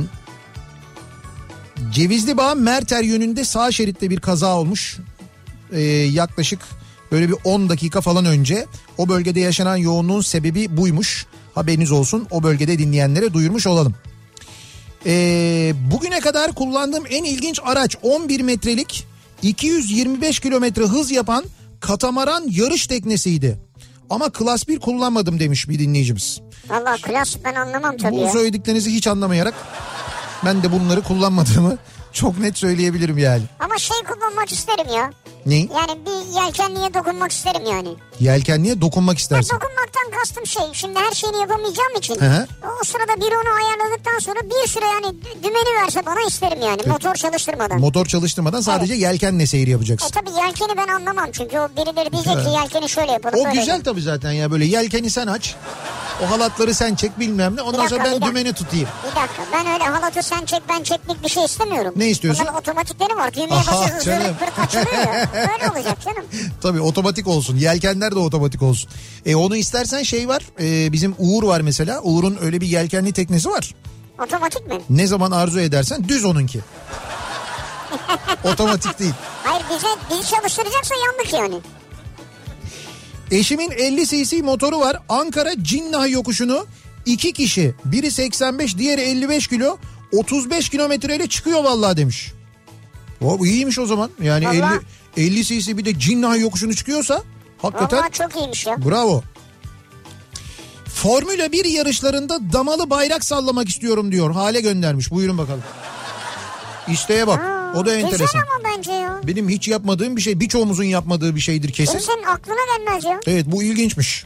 A: Cevizlibağ Merter yönünde sağ şeritte bir kaza olmuş. Ee, yaklaşık böyle bir on dakika falan önce. O bölgede yaşanan yoğunluğun sebebi buymuş. Haberiniz olsun, o bölgede dinleyenlere duyurmuş olalım. Ee, bugüne kadar kullandığım en ilginç araç on bir metrelik iki yüz yirmi beş kilometre hız yapan katamaran yarış teknesiydi. Ama klas bir kullanmadım demiş bir dinleyicimiz.
B: Valla klas ben anlamam tabii
A: Bu
B: ya.
A: söylediklerinizi hiç anlamayarak ben de bunları kullanmadığımı çok net söyleyebilirim yani.
B: Ama şey kullanmak isterim ya.
A: Ne?
B: Yani bir yelkenliğe dokunmak isterim yani.
A: Yelkenliğe dokunmak istersin.
B: Ya dokunmaktan kastım şey, şimdi her şeyini yapamayacağım için.
A: Hı-hı.
B: O sırada biri onu ayarladıktan sonra bir süre yani dümeni verse bana isterim yani, motor çalıştırmadan.
A: Motor çalıştırmadan sadece evet. Yelkenle seyir yapacaksın.
B: E tabii yelkeni ben anlamam çünkü o birileri diyecek ki yelkeni şöyle yapalım.
A: O
B: böyle
A: güzel
B: yapalım.
A: Tabii zaten ya, böyle yelkeni sen aç. O halatları sen çek bilmem ne. Ondan
B: dakika,
A: sonra ben
B: dakika.
A: dümeni tutayım.
B: Bir dakika, ben öyle halatı sen çek ben çeklik bir şey istemiyorum.
A: Ne istiyorsun?
B: Bunların otomatikleri var. Düğmeye basıyorsun, zırhık pırt açılıyor ya. Öyle olacak canım.
A: Tabii otomatik olsun. Yelkenler de otomatik olsun. E onu istersen şey var. E, bizim Uğur var mesela. Uğur'un öyle bir yelkenli teknesi var.
B: Otomatik mi?
A: Ne zaman arzu edersen düz onunki. Otomatik değil.
B: Hayır, bize bizi çalıştıracaksa yandık yani.
A: Eşimin elli cc motoru var. Ankara Cinnah yokuşunu İki kişi, biri seksen beş, diğeri elli beş kilo, otuz beş kilometreyle çıkıyor vallahi demiş. O iyiymiş o zaman. Yani vallahi... elli elli cc bir de Cinnah yokuşunu çıkıyorsa hakikaten.
B: Vallahi çok iyiymiş ya.
A: Bravo. Formula bir yarışlarında damalı bayrak sallamak istiyorum diyor. Hale göndermiş. Buyurun bakalım. İsteğe bak.
B: Aa,
A: o da enteresan.
B: Güzel ama bence ya.
A: Benim hiç yapmadığım bir şey. Birçoğumuzun yapmadığı bir şeydir kesin.
B: E senin aklına gelmez ya.
A: Evet, bu ilginçmiş.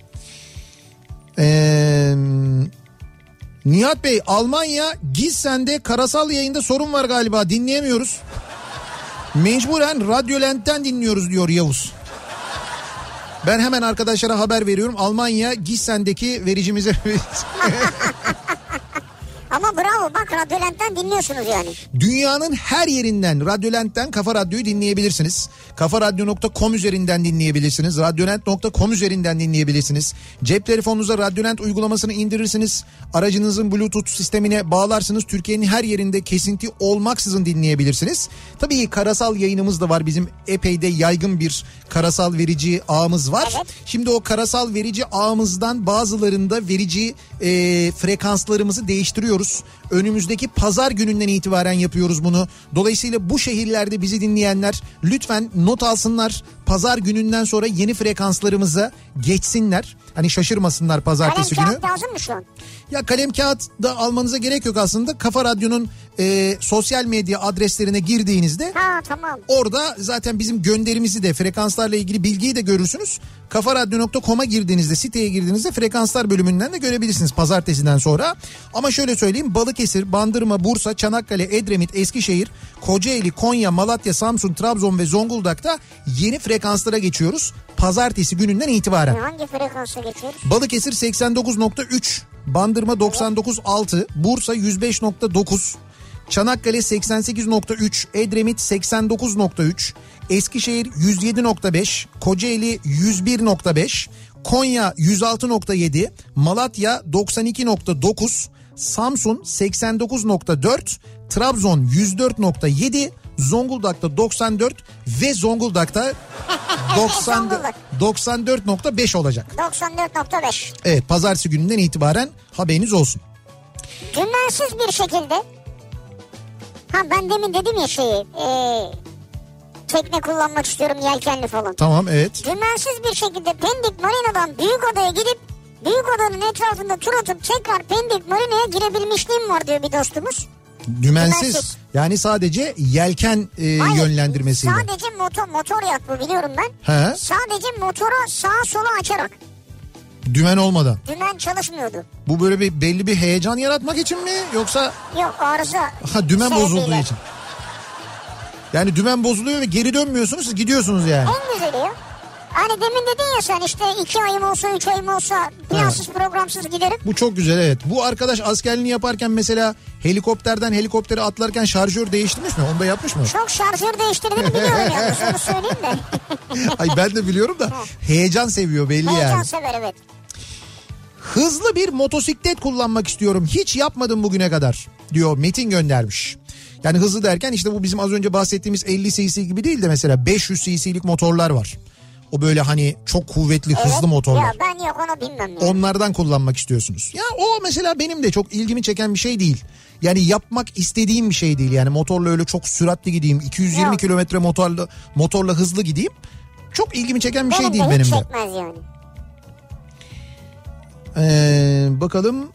A: Eee... Nihat Bey, Almanya Gießen'de karasal yayında sorun var galiba, dinleyemiyoruz. Mecburen Radyolent'ten dinliyoruz diyor Yavuz. Ben hemen arkadaşlara haber veriyorum. Almanya Gießen'deki vericimize...
B: Ama bravo, bak Radyolent'ten dinliyorsunuz yani.
A: Dünyanın her yerinden Radyolent'ten Kafa Radyo'yu dinleyebilirsiniz. kafa radyo nokta com üzerinden dinleyebilirsiniz. radyolent nokta com üzerinden dinleyebilirsiniz. Cep telefonunuza Radyolent uygulamasını indirirsiniz. Aracınızın Bluetooth sistemine bağlarsınız. Türkiye'nin her yerinde kesinti olmaksızın dinleyebilirsiniz. Tabii karasal yayınımız da var. Bizim epey de yaygın bir karasal verici ağımız var.
B: Evet.
A: Şimdi o karasal verici ağımızdan bazılarında verici e, frekanslarımızı değiştiriyoruz. Önümüzdeki pazar gününden itibaren yapıyoruz bunu. Dolayısıyla bu şehirlerde bizi dinleyenler lütfen not alsınlar. Pazar gününden sonra yeni frekanslarımıza geçsinler. Hani şaşırmasınlar pazartesi
B: kalem
A: günü.
B: Kalem kağıt lazım mı şu an?
A: Ya kalem kağıt da almanıza gerek yok aslında. Kafa Radyo'nun e, sosyal medya adreslerine girdiğinizde
B: ha, tamam.
A: Orada zaten bizim gönderimizi de, frekanslarla ilgili bilgiyi de görürsünüz. kafa radyo nokta com'a girdiğinizde, siteye girdiğinizde frekanslar bölümünden de görebilirsiniz pazartesiden sonra. Ama şöyle söyleyeyim, Balıkesir, Bandırma, Bursa, Çanakkale, Edremit, Eskişehir, Kocaeli, Konya, Malatya, Samsun, Trabzon ve Zonguldak'ta yeni frekanslara geçiyoruz. Pazartesi gününden itibaren.
B: Hangi frekansa geçiyoruz?
A: Balıkesir seksen dokuz nokta üç, Bandırma doksan dokuz nokta altı, Bursa yüz beş nokta dokuz, Çanakkale seksen sekiz nokta üç, Edremit seksen dokuz nokta üç, Eskişehir yüz yedi nokta beş, Kocaeli yüz bir nokta beş, Konya yüz altı nokta yedi, Malatya doksan iki nokta dokuz, Samsun seksen dokuz nokta dört, Trabzon yüz dört nokta yedi, Zonguldak'ta doksan dört ve Zonguldak'ta doksan, doksan dört nokta beş olacak.
B: doksan dört nokta beş.
A: Evet, pazartesi gününden itibaren haberiniz olsun.
B: Dümensiz bir şekilde, ha ben demin dedim ya şeyi, e, tekne kullanmak istiyorum, yelkenli falan.
A: Tamam, evet.
B: Dümensiz bir şekilde Pendik Marina'dan Büyükada'ya gidip Büyükada'nın etrafında tur atıp tekrar Pendik Marina'ya girebilmişliğim var diyor bir dostumuz.
A: Dümensiz.
B: Dümensiz.
A: Yani sadece yelken e,
B: Hayır,
A: yönlendirmesiyle.
B: Sadece motor, motor yak bu, biliyorum ben.
A: He.
B: Sadece motoru sağa sola açarak.
A: Dümen olmadan.
B: Dümen çalışmıyordu.
A: Bu böyle bir belli bir heyecan yaratmak için mi yoksa?
B: Yok, arıza.
A: Ha, dümen
B: sebebiyle.
A: bozulduğu için. Yani dümen bozuluyor ve geri dönmüyorsunuz, siz gidiyorsunuz yani.
B: En güzeli ya. Hani demin dedin ya sen, işte iki ayım olsa üç ayım olsa plansız evet. programsız giderim.
A: Bu çok güzel, evet. Bu arkadaş askerliğini yaparken mesela helikopterden helikoptere atlarken şarjör değiştirmiş mi? Onu da yapmış mı?
B: Çok şarjör değiştirdiğini biliyorum yalnız, onu söyleyeyim de.
A: Ay ben de biliyorum da heyecan seviyor belli
B: heyecan
A: yani.
B: Heyecan sever, evet.
A: Hızlı bir motosiklet kullanmak istiyorum. Hiç yapmadım bugüne kadar diyor, Metin göndermiş. Yani hızlı derken işte bu bizim az önce bahsettiğimiz elli cc gibi değil de mesela beş yüz cc'lik motorlar var. O böyle hani çok kuvvetli, evet, hızlı motorlar.
B: Ya ben yok, onu bilmem yani.
A: Onlardan kullanmak istiyorsunuz. Ya o mesela benim de çok ilgimi çeken bir şey değil. Yani yapmak istediğim bir şey değil. Yani motorla öyle çok süratli gideyim, iki yüz yirmi kilometre motorla motorla hızlı gideyim. Çok ilgimi çeken bir
B: benim
A: şey değil
B: de
A: benim
B: hiç
A: de.
B: çekmez yani.
A: Ee, bakalım.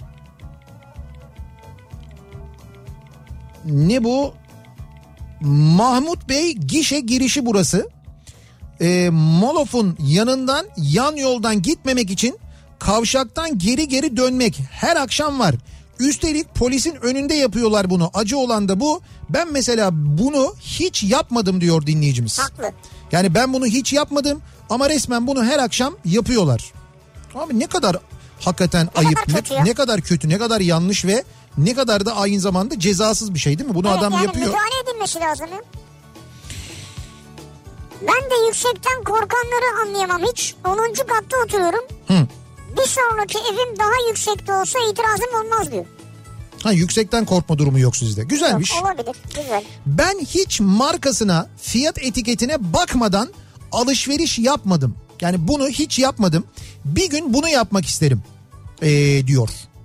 A: Ne bu? Mahmut Bey gişe girişi burası. Ee, Molof'un yanından yan yoldan gitmemek için kavşaktan geri geri dönmek her akşam var. Üstelik polisin önünde yapıyorlar bunu. Acı olan da bu. Ben mesela bunu hiç yapmadım diyor dinleyicimiz.
B: Haklı.
A: Yani ben bunu hiç yapmadım ama resmen bunu her akşam yapıyorlar. Abi ne kadar hakikaten
B: ne
A: ayıp,
B: kadar
A: ne, ne kadar kötü, ne kadar yanlış ve ne kadar da aynı zamanda cezasız bir şey değil mi? Bunu
B: evet,
A: adam
B: yani
A: yapıyor.
B: Müdahale edilmesi lazım ya. Ben de yüksekten korkanları anlayamam hiç. onuncu katta oturuyorum.
A: Hı.
B: Bir sonraki evim daha yüksekte olsa itirazım olmaz diyor.
A: Ha, yüksekten korkma durumu yok sizde. Güzelmiş.
B: Yok, olabilir. Güzel.
A: Ben hiç markasına, fiyat etiketine bakmadan alışveriş yapmadım. Yani bunu hiç yapmadım. Bir gün bunu yapmak isterim ee, diyor.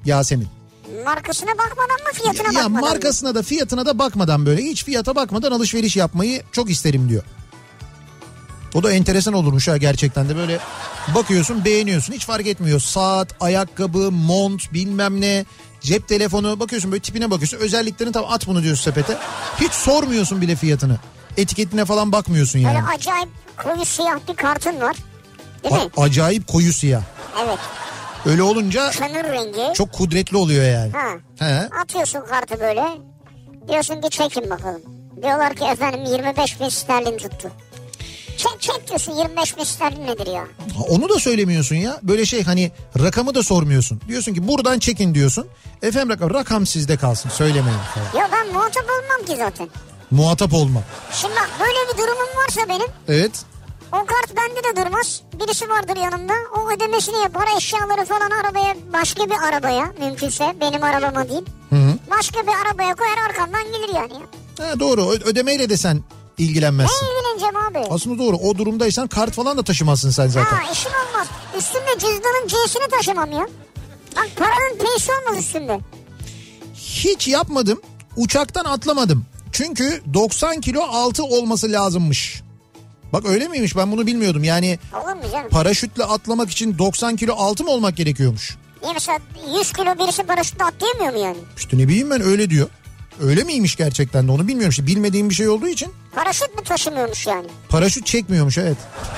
A: Yasemin?
B: Markasına bakmadan mı fiyatına
A: ya,
B: bakmadan
A: Ya markasına
B: mı?
A: da fiyatına da bakmadan böyle hiç fiyata bakmadan alışveriş yapmayı çok isterim diyor. O da enteresan olurmuş ha gerçekten de, böyle bakıyorsun beğeniyorsun hiç fark etmiyor. Saat, ayakkabı, mont bilmem ne, cep telefonu, bakıyorsun böyle tipine bakıyorsun, özelliklerini tam at bunu diyorsun sepete. Hiç sormuyorsun bile fiyatını. Etiketine falan bakmıyorsun yani.
B: Böyle acayip koyu siyah bir kartın var. Değil
A: A-
B: mi?
A: acayip koyu siyah.
B: Evet.
A: Öyle olunca
B: Kömür rengi.
A: çok kudretli oluyor yani.
B: Ha.
A: He.
B: Atıyorsun kartı böyle. Diyorsun ki çekin bakalım. Diyorlar ki efendim yirmi beş bin sterlin tuttu. Çek çek diyorsun, yirmi beş bin sterlin nedir ya?
A: Ha, onu da söylemiyorsun ya. Böyle şey, hani rakamı da sormuyorsun. Diyorsun ki buradan çekin diyorsun. Efendim rakam, rakam sizde kalsın, söylemeyin falan.
B: Ya ben muhatap olmam ki zaten.
A: Muhatap olma.
B: Şimdi bak, böyle bir durumum varsa benim.
A: Evet.
B: O kart bende de durmaz. Birisi vardır yanımda. O ödemesini yapar, eşyaları falan arabaya, başka bir arabaya mümkünse, benim arabama değil.
A: Hı hı.
B: Başka bir arabaya koyar, arkamdan gelir yani.
A: Ha, doğru, Ö- ödemeyle de sen ilgilenmezsin.
B: Ne ilgileneceğim abi?
A: Aslında doğru, o durumdaysan kart falan da taşımazsın sen zaten.
B: Ha, işim olmaz. Üstümde cüzdanın C'sini taşımam ya. Bak, paranın P'si olmaz üstünde.
A: Hiç yapmadım, uçaktan atlamadım. Çünkü doksan kilo altı olması lazımmış. Bak öyle miymiş, ben bunu bilmiyordum. Yani
B: Olur mu canım?
A: paraşütle atlamak için doksan kilo altı mı olmak gerekiyormuş?
B: Niye mesela yüz kilo birisi paraşütle atlayamıyor mu yani?
A: İşte ne bileyim ben, öyle diyor. Öyle miymiş gerçekten de, onu bilmiyorum. İşte bilmediğim bir şey olduğu için.
B: Paraşüt mü taşımıyormuş yani?
A: Paraşüt çekmiyormuş, evet.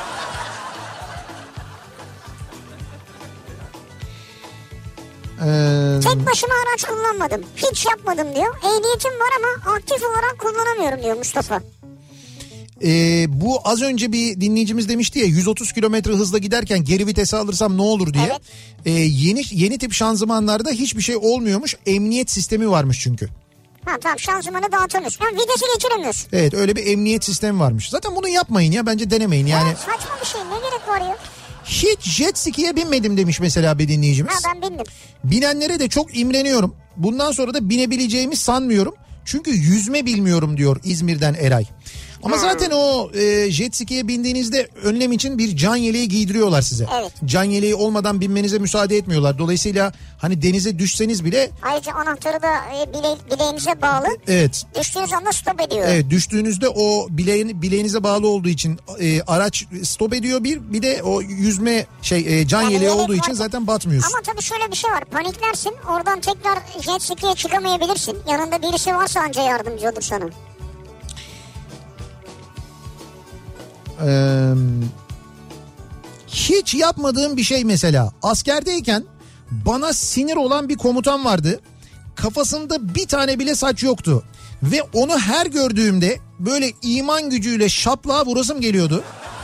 A: Ee,
B: Tek başıma araç kullanmadım. Hiç yapmadım diyor. Ehliyetim var ama aktif olarak kullanamıyorum diyor Mustafa.
A: e, bu az önce bir dinleyicimiz demişti ya, yüz otuz kilometre hızla giderken geri vitesi alırsam ne olur diye.
B: Evet.
A: E, yeni yeni tip şanzımanlarda hiçbir şey olmuyormuş. Emniyet sistemi varmış çünkü.
B: Ha tamam, şanzımanı dağıtamıyorsun. Yani vitesi geçiremiyorsun.
A: Evet, öyle bir emniyet sistemi varmış. Zaten bunu yapmayın ya, bence denemeyin yani.
B: Ya saçma bir şey, ne gerek var ya?
A: Hiç jet ski'ye binmedim demiş mesela bir dinleyicimiz.
B: Ha, ben bindim.
A: Binenlere de çok imreniyorum. Bundan sonra da binebileceğimi sanmıyorum. Çünkü yüzme bilmiyorum diyor İzmir'den Eray. Ama
B: Hmm.
A: zaten o e, jet ski'ye bindiğinizde önlem için bir can yeleği giydiriyorlar size.
B: Evet.
A: Can yeleği olmadan binmenize müsaade etmiyorlar. Dolayısıyla hani denize düşseniz bile...
B: Ayrıca anahtarı da e, bile, bileğinize bağlı.
A: Evet.
B: Düştüğünüz anda stop ediyor.
A: Evet, düştüğünüzde o bileğin, bileğinize bağlı olduğu için e, araç stop ediyor bir. Bir de o yüzme şey e, can
B: Yani
A: yeleği
B: yelek
A: olduğu için
B: var.
A: zaten batmıyorsun.
B: Ama tabii şöyle bir şey var. Paniklersin. Oradan tekrar jet ski'ye çıkamayabilirsin. Yanında birisi varsa anca yardımcı olur sana.
A: Ee, hiç yapmadığım bir şey mesela. Askerdeyken bana sinir olan bir komutan vardı. Kafasında bir tane bile saç yoktu. Ve onu her gördüğümde böyle iman gücüyle şaplığa vurasım geliyordu.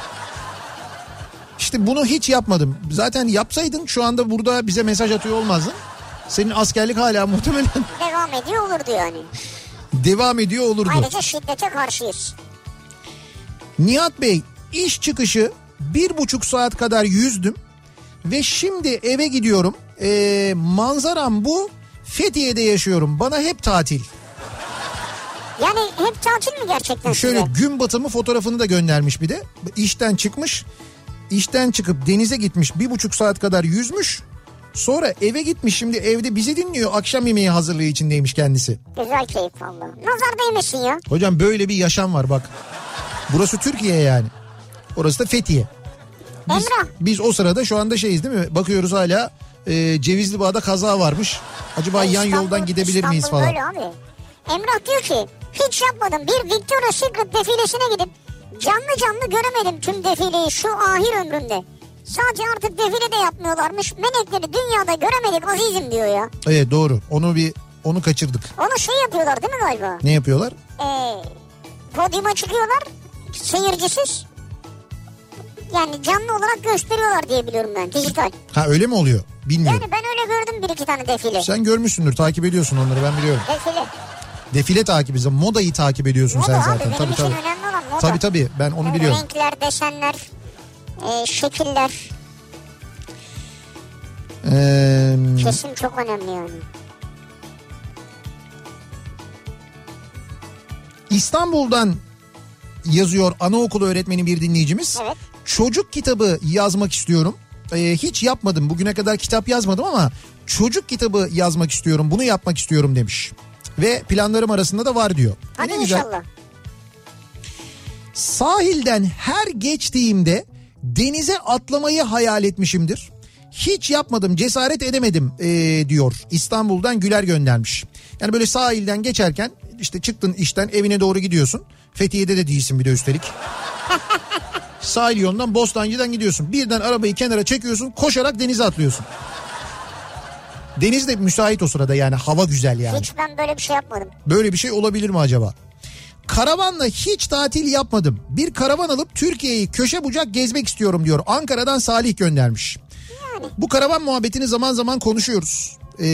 A: İşte bunu hiç yapmadım. Zaten yapsaydın şu anda burada bize mesaj atıyor olmazdın. Senin askerlik hala muhtemelen
B: Devam ediyor olurdu yani.
A: devam ediyor olurdu.
B: Ayrıca şiddete karşıyız.
A: Nihat Bey, iş çıkışı bir buçuk saat kadar yüzdüm ve şimdi eve gidiyorum. Ee, manzaram bu. Fethiye'de yaşıyorum. Bana hep tatil.
B: Yani hep tatil mi gerçekten
A: Şöyle
B: size?
A: gün batımı fotoğrafını da göndermiş bir de. İşten çıkmış. İşten çıkıp denize gitmiş. Bir buçuk saat kadar yüzmüş. Sonra eve gitmiş, şimdi evde bizi dinliyor. Akşam yemeği hazırlığı içindeymiş kendisi.
B: Güzel keyif valla. Nazar değmesin ya.
A: Hocam böyle bir yaşam var bak. Burası Türkiye yani. Orası da Fethiye. Biz,
B: Emrah.
A: biz o sırada şu anda şeyiz değil mi? Bakıyoruz hala e, Cevizli Bağ'da kaza varmış. Acaba
B: E,
A: yan
B: İstanbul-
A: yoldan gidebilir miyiz
B: İstanbul
A: falan.
B: böyle abi. Emrah diyor ki hiç yapmadım. Bir Victoria's Secret defilesine gidip canlı canlı göremedim tüm defileyi şu ahir ömrümde. Sadece artık defile de yapmıyorlarmış. Melekleri dünyada göremedik azizim diyor ya.
A: Evet doğru. Onu bir onu kaçırdık.
B: Onu şey yapıyorlar değil mi galiba?
A: Ne yapıyorlar?
B: Ee, podyuma çıkıyorlar seyircisiz. Yani canlı olarak gösteriyorlar diye biliyorum ben, dijital.
A: Ha öyle mi oluyor? Bilmiyorum.
B: Yani ben öyle gördüm bir iki tane defile.
A: Sen görmüşsündür, takip ediyorsun onları, ben biliyorum.
B: Defile.
A: Defile takip ediyorsun. Modayı takip ediyorsun
B: Moda
A: sen
B: abi,
A: zaten.
B: benim
A: Tabii
B: için
A: tabii.
B: önemli olan moda.
A: Tabii tabii ben onu
B: Yani
A: biliyorum.
B: renkler, desenler, e, şekiller.
A: Ee,
B: Kesim çok önemli yani.
A: İstanbul'dan yazıyor anaokulu öğretmeni bir dinleyicimiz.
B: Evet.
A: Çocuk kitabı yazmak istiyorum. e, hiç yapmadım. Bugüne kadar kitap yazmadım ama çocuk kitabı yazmak istiyorum. Bunu yapmak istiyorum demiş. Ve planlarım arasında da var diyor.
B: Hadi
A: ne güzel.
B: inşallah.
A: Sahilden her geçtiğimde denize atlamayı hayal etmişimdir. Hiç yapmadım, cesaret edemedim ee, diyor. İstanbul'dan Güler göndermiş. Yani böyle sahilden geçerken işte çıktın işten evine doğru gidiyorsun. Fethiye'de de değilsin bir de üstelik. Sahil yolundan Bostancı'dan gidiyorsun. Birden arabayı kenara çekiyorsun, koşarak denize atlıyorsun. Deniz de müsait o sırada, yani hava güzel yani.
B: Hiç ben böyle bir şey yapmadım.
A: Böyle bir şey olabilir mi acaba? Karavanla hiç tatil yapmadım. Bir karavan alıp Türkiye'yi köşe bucak gezmek istiyorum diyor. Ankara'dan Salih göndermiş.
B: Yani.
A: Bu karavan muhabbetini zaman zaman konuşuyoruz. Ee,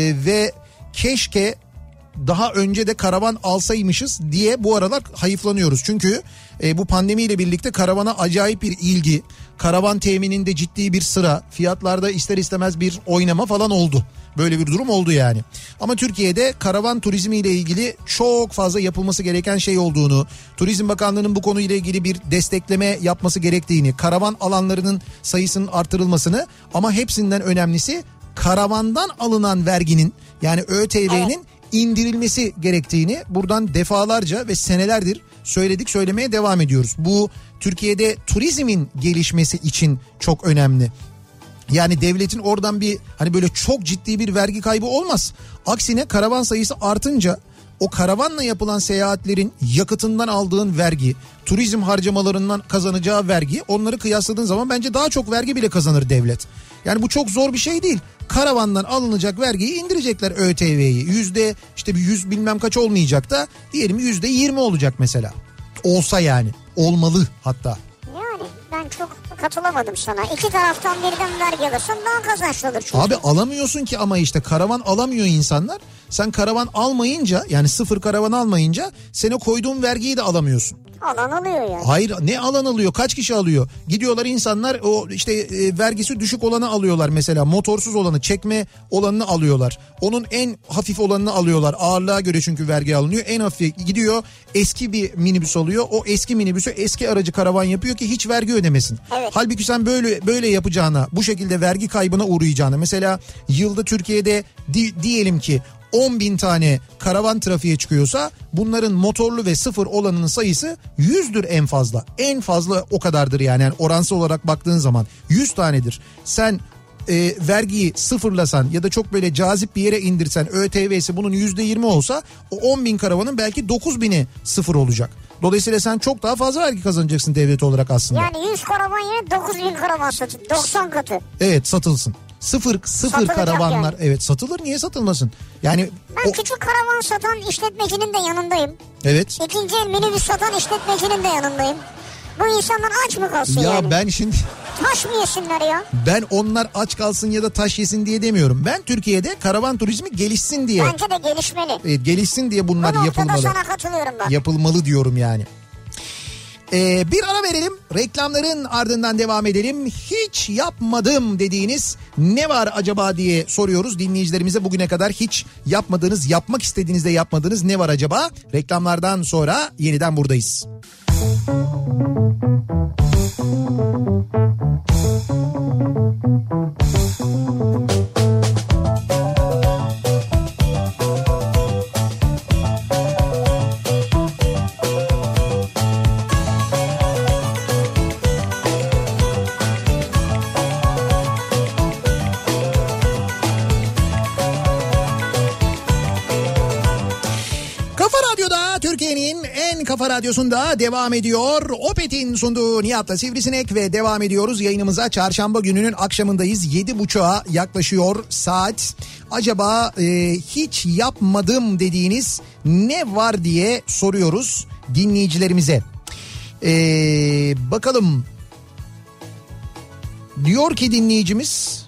A: ve keşke daha önce de karavan alsaymışız diye bu aralar hayıflanıyoruz. Çünkü e, bu pandemiyle birlikte karavana acayip bir ilgi, karavan temininde ciddi bir sıra, fiyatlarda ister istemez bir oynama falan oldu. Böyle bir durum oldu yani. Ama Türkiye'de karavan turizmiyle ilgili çok fazla yapılması gereken şey olduğunu, Turizm Bakanlığı'nın bu konuyla ilgili bir destekleme yapması gerektiğini, karavan alanlarının sayısının artırılmasını, ama hepsinden önemlisi karavandan alınan verginin, yani ÖTV'nin evet. indirilmesi gerektiğini buradan defalarca ve senelerdir söyledik, söylemeye devam ediyoruz. Bu Türkiye'de turizmin gelişmesi için çok önemli. Yani devletin oradan bir hani böyle çok ciddi bir vergi kaybı olmaz. Aksine karavan sayısı artınca o karavanla yapılan seyahatlerin yakıtından aldığın vergi, turizm harcamalarından kazanacağı vergi, onları kıyasladığın zaman bence daha çok vergi bile kazanır devlet. Yani bu çok zor bir şey değil. Karavandan alınacak vergiyi indirecekler, ÖTV'yi. Yüzde işte bir yüz bilmem kaç olmayacak da diyelim yüzde yirmi olacak mesela. Olsa yani. Olmalı hatta.
B: Yani ben çok katılamadım sana. İki taraftan birden vergi alırsan daha kazançlıdır çünkü.
A: Abi alamıyorsun ki, ama işte karavan alamıyor insanlar. Sen karavan almayınca, yani sıfır karavan almayınca sen o koyduğun vergiyi de alamıyorsun.
B: Alan alıyor yani.
A: Hayır, ne alan alıyor? Kaç kişi alıyor? Gidiyorlar insanlar o işte e, vergisi düşük olanı alıyorlar mesela. Motorsuz olanı, çekme olanını alıyorlar. Onun en hafif olanını alıyorlar. Ağırlığa göre çünkü vergi alınıyor. En hafif gidiyor, eski bir minibüs alıyor. O eski minibüsü eski aracı karavan yapıyor ki hiç vergi ödemesin.
B: Evet.
A: Halbuki sen böyle böyle yapacağına, bu şekilde vergi kaybına uğrayacağına, mesela yılda Türkiye'de di, diyelim ki on bin tane karavan trafiğe çıkıyorsa bunların motorlu ve sıfır olanının sayısı yüzdür en fazla. En fazla o kadardır yani, yani oransal olarak baktığın zaman yüz tanedir. Sen e, vergiyi sıfırlasan ya da çok böyle cazip bir yere indirsen, ÖTV'si bunun yüzde yirmi olsa o on bin karavanın belki dokuz bini sıfır olacak. Dolayısıyla sen çok daha fazla vergi kazanacaksın devlet olarak aslında.
B: Yani yüz karavan yerine dokuz bin karavan satın. doksan katı.
A: Evet, satılsın. Sıfır sıfır
B: Satılacak
A: karavanlar
B: yani.
A: Evet, satılır, niye satılmasın? Yani
B: ben
A: o...
B: küçük karavan satan işletmecinin de yanındayım.
A: Evet.
B: İkinci el minibüs satan işletmecinin de yanındayım. Bu insanlar aç mı kalsın
A: ya
B: yani?
A: Ya ben şimdi...
B: Taş mı yesinler ya?
A: Ben onlar aç kalsın ya da taş yesin diye demiyorum. Ben Türkiye'de karavan turizmi gelişsin diye.
B: Bence de gelişmeli.
A: Evet, gelişsin diye bunlar
B: bu
A: yapılmalı.
B: Bu noktada sana katılıyorum ben.
A: Yapılmalı diyorum yani. Ee, bir ara verelim, reklamların ardından devam edelim. Hiç yapmadım dediğiniz ne var acaba diye soruyoruz dinleyicilerimize. Bugüne kadar hiç yapmadığınız, yapmak istediğinizde yapmadığınız ne var acaba? Reklamlardan sonra yeniden buradayız. Kafa Radyosu'nda devam ediyor. Opet'in sunduğu Nihat'la Sivrisinek ve devam ediyoruz yayınımıza. Çarşamba gününün akşamındayız. Yedi buçuğa yaklaşıyor saat. Acaba e, hiç yapmadım dediğiniz ne var diye soruyoruz dinleyicilerimize. E, bakalım. Diyor ki dinleyicimiz,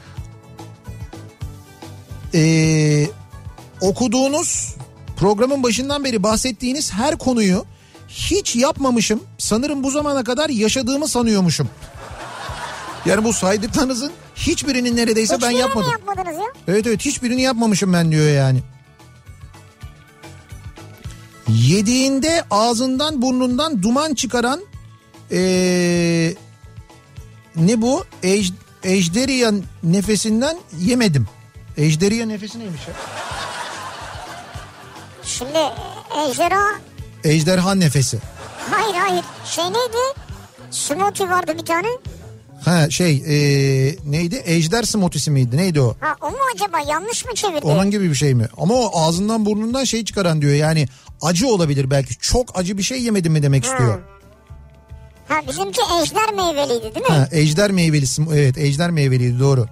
A: e, okuduğunuz, programın başından beri bahsettiğiniz her konuyu hiç yapmamışım. Sanırım bu zamana kadar yaşadığımı sanıyormuşum. Yani bu saydıklarınızın hiçbirinin neredeyse
B: hiçbirini
A: ben yapmadım.
B: Hiçbirini yapmadınız ya?
A: Evet evet, hiçbirini yapmamışım ben diyor yani. Yediğinde ağzından burnundan duman çıkaran ee, ne bu? Ej, Ejderha nefesinden yemedim. Ejderha nefesi neymiş ya?
B: Şimdi ejderha...
A: Ejderha nefesi.
B: Hayır hayır. Şey neydi? Smoothie vardı bir tane.
A: Ha şey ee, neydi? Ejder smoothie'si miydi? Neydi o?
B: Ha o mu acaba? Yanlış mı çevirdi?
A: Onun gibi bir şey mi? Ama o ağzından burnundan şey çıkaran diyor. Yani acı olabilir belki. Çok acı bir şey yemedim mi demek istiyor.
B: Ha. Ha bizimki ejder meyveliydi değil mi?
A: Ha, ejder meyvelisi. Evet, ejder meyveliydi, doğru.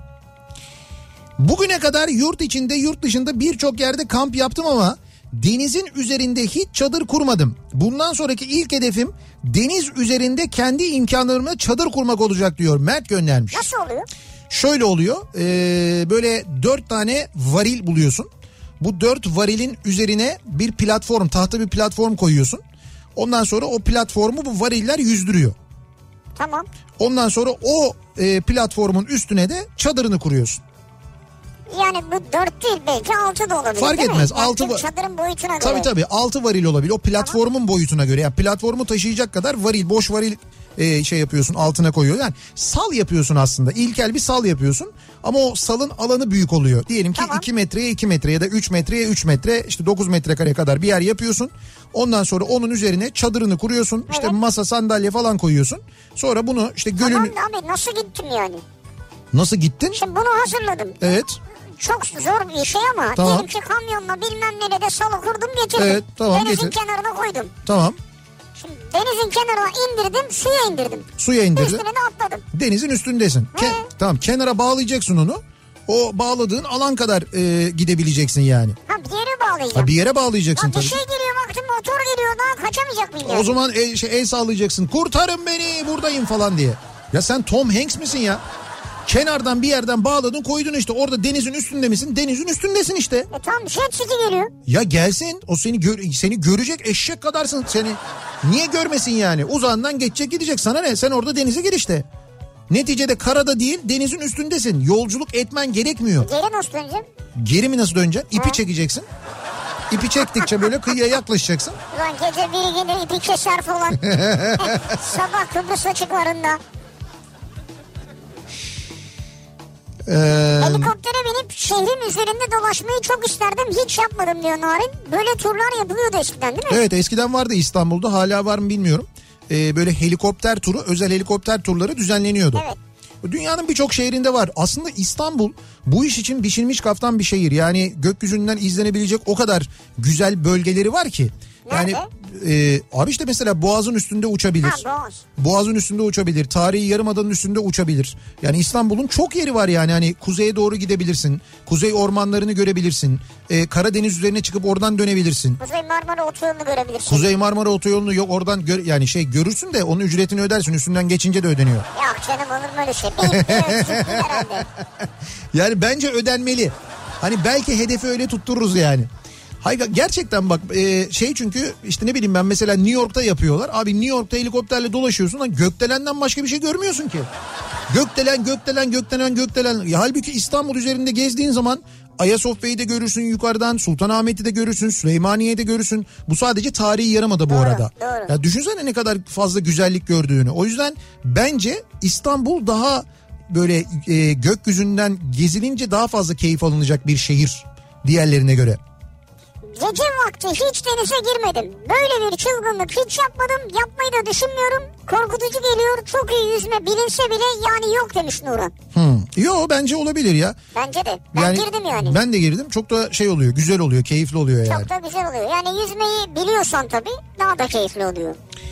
A: Bugüne kadar yurt içinde yurt dışında birçok yerde kamp yaptım ama denizin üzerinde hiç çadır kurmadım. Bundan sonraki ilk hedefim deniz üzerinde kendi imkanlarımla çadır kurmak olacak diyor. Mert göndermiş.
B: Nasıl oluyor?
A: Şöyle oluyor. Ee, böyle dört tane varil buluyorsun. Bu dört varilin üzerine bir platform, tahta bir platform koyuyorsun. Ondan sonra o platformu bu variller yüzdürüyor.
B: Tamam.
A: Ondan sonra o e, platformun üstüne de çadırını kuruyorsun.
B: Yani bu dört değil belki altı da olabilir.
A: Fark etmez. Altı
B: va- çadırın boyutuna göre.
A: Tabii tabii altı varil olabilir. O platformun tamam. boyutuna göre. Yani platformu taşıyacak kadar varil, boş varil e, şey yapıyorsun, altına koyuyor. Yani sal yapıyorsun aslında. İlkel bir sal yapıyorsun. Ama o salın alanı büyük oluyor. Diyelim ki tamam. iki metreye iki metre ya da üç metreye üç metre, işte dokuz metrekare kadar bir yer yapıyorsun. Ondan sonra onun üzerine çadırını kuruyorsun. Evet. İşte masa, sandalye falan koyuyorsun. Sonra bunu işte gölün...
B: Tamam abi, nasıl gittim yani?
A: Nasıl gittin?
B: Şimdi bunu hazırladım.
A: Evet.
B: Çok zor bir şey ama tamam. Diyelim ki kamyonla bilmem nerede salı kurdum getirdim.
A: Evet, tamam,
B: denizin
A: getir.
B: kenarına koydum.
A: Tamam.
B: Şimdi denizin kenarına indirdim, suya indirdim.
A: Suya indirdin.
B: Üstüne de atladım.
A: Denizin üstündesin. Ke- tamam, kenara bağlayacaksın onu. O bağladığın alan kadar e, gidebileceksin yani.
B: Ha bir yere bağlayacağım.
A: Ha bir yere bağlayacaksın
B: ha,
A: tabii.
B: Bir şey geliyor baktım, motor geliyor, daha kaçamayacak mıyım yani?
A: O zaman el, şey, el sallayacaksın. Kurtarın beni, buradayım falan diye. Ya sen Tom Hanks misin ya? Kenardan bir yerden bağladın, koydun işte, orada denizin üstünde misin? Denizin üstündesin işte.
B: E tamam, jet ski geliyor.
A: Ya gelsin, o seni gör, seni görecek, eşek kadarsın seni. Niye görmesin yani? Uzağından geçecek, gidecek, sana ne? Sen orada denize gir işte. Neticede karada değil, denizin üstündesin. Yolculuk etmen gerekmiyor.
B: Geri nasıl döneceğim?
A: Geri mi nasıl döneceksin? İpi ha. çekeceksin. İpi çektikçe böyle kıyıya yaklaşacaksın.
B: Ulan gece biri gelir ipi keser falan. Sabah Kıbrıs açıklarında. Ee... Helikoptere binip şehrin üzerinde dolaşmayı çok isterdim. Hiç yapmadım diyor Narin. Böyle turlar yapılıyordu eskiden değil mi?
A: Evet, eskiden vardı İstanbul'da. Hala var mı bilmiyorum. Ee, böyle helikopter turu, özel helikopter turları düzenleniyordu.
B: Evet.
A: Dünyanın birçok şehrinde var. Aslında İstanbul bu iş için biçilmiş kaftan bir şehir. Yani gökyüzünden izlenebilecek o kadar güzel bölgeleri var ki. Yani e, abi işte mesela Boğaz'ın üstünde uçabilir.
B: Ha, Boğaz.
A: Boğaz'ın üstünde uçabilir. Tarihi Yarımada'nın üstünde uçabilir. Yani İstanbul'un çok yeri var yani. Hani kuzeye doğru gidebilirsin. Kuzey ormanlarını görebilirsin. E, Karadeniz üzerine çıkıp oradan dönebilirsin.
B: Kuzey Marmara Otoyolu'nu görebilirsin.
A: Kuzey Marmara Otoyolu'nu yok oradan gör, yani şey görürsün de onun ücretini ödersin. Üstünden geçince de ödeniyor.
B: Yok canım, olur mu öyle şey? herhalde.
A: Yani bence ödenmeli. Hani belki hedefi öyle tuttururuz yani. Hayır gerçekten bak e, şey, çünkü işte ne bileyim ben, mesela New York'ta yapıyorlar. Abi New York'ta helikopterle dolaşıyorsun lan, gökdelenden başka bir şey görmüyorsun ki. Gökdelen gökdelen gökdelen gökdelen. Ya, halbuki İstanbul üzerinde gezdiğin zaman Ayasofya'yı da görürsün yukarıdan, Sultanahmet'i de görürsün, Süleymaniye'yi de görürsün. Bu sadece tarihi Yarımada bu
B: doğru,
A: arada.
B: Doğru.
A: Ya düşünsene ne kadar fazla güzellik gördüğünü. O yüzden bence İstanbul daha böyle e, gökyüzünden gezilince daha fazla keyif alınacak bir şehir diğerlerine göre.
B: Gece vakti hiç denize girmedim. Böyle bir çılgınlık hiç yapmadım. Yapmayı da düşünmüyorum. Korkutucu geliyor. Çok iyi yüzme bilinse bile yani yok demiş Nurhan.
A: Hmm. Yo bence olabilir ya.
B: Bence de. Ben
A: yani,
B: girdim yani.
A: Ben de girdim. Çok da şey oluyor. Güzel oluyor. Keyifli oluyor yani.
B: Çok da güzel oluyor. Yani yüzmeyi biliyorsan tabii daha da keyifli oluyor.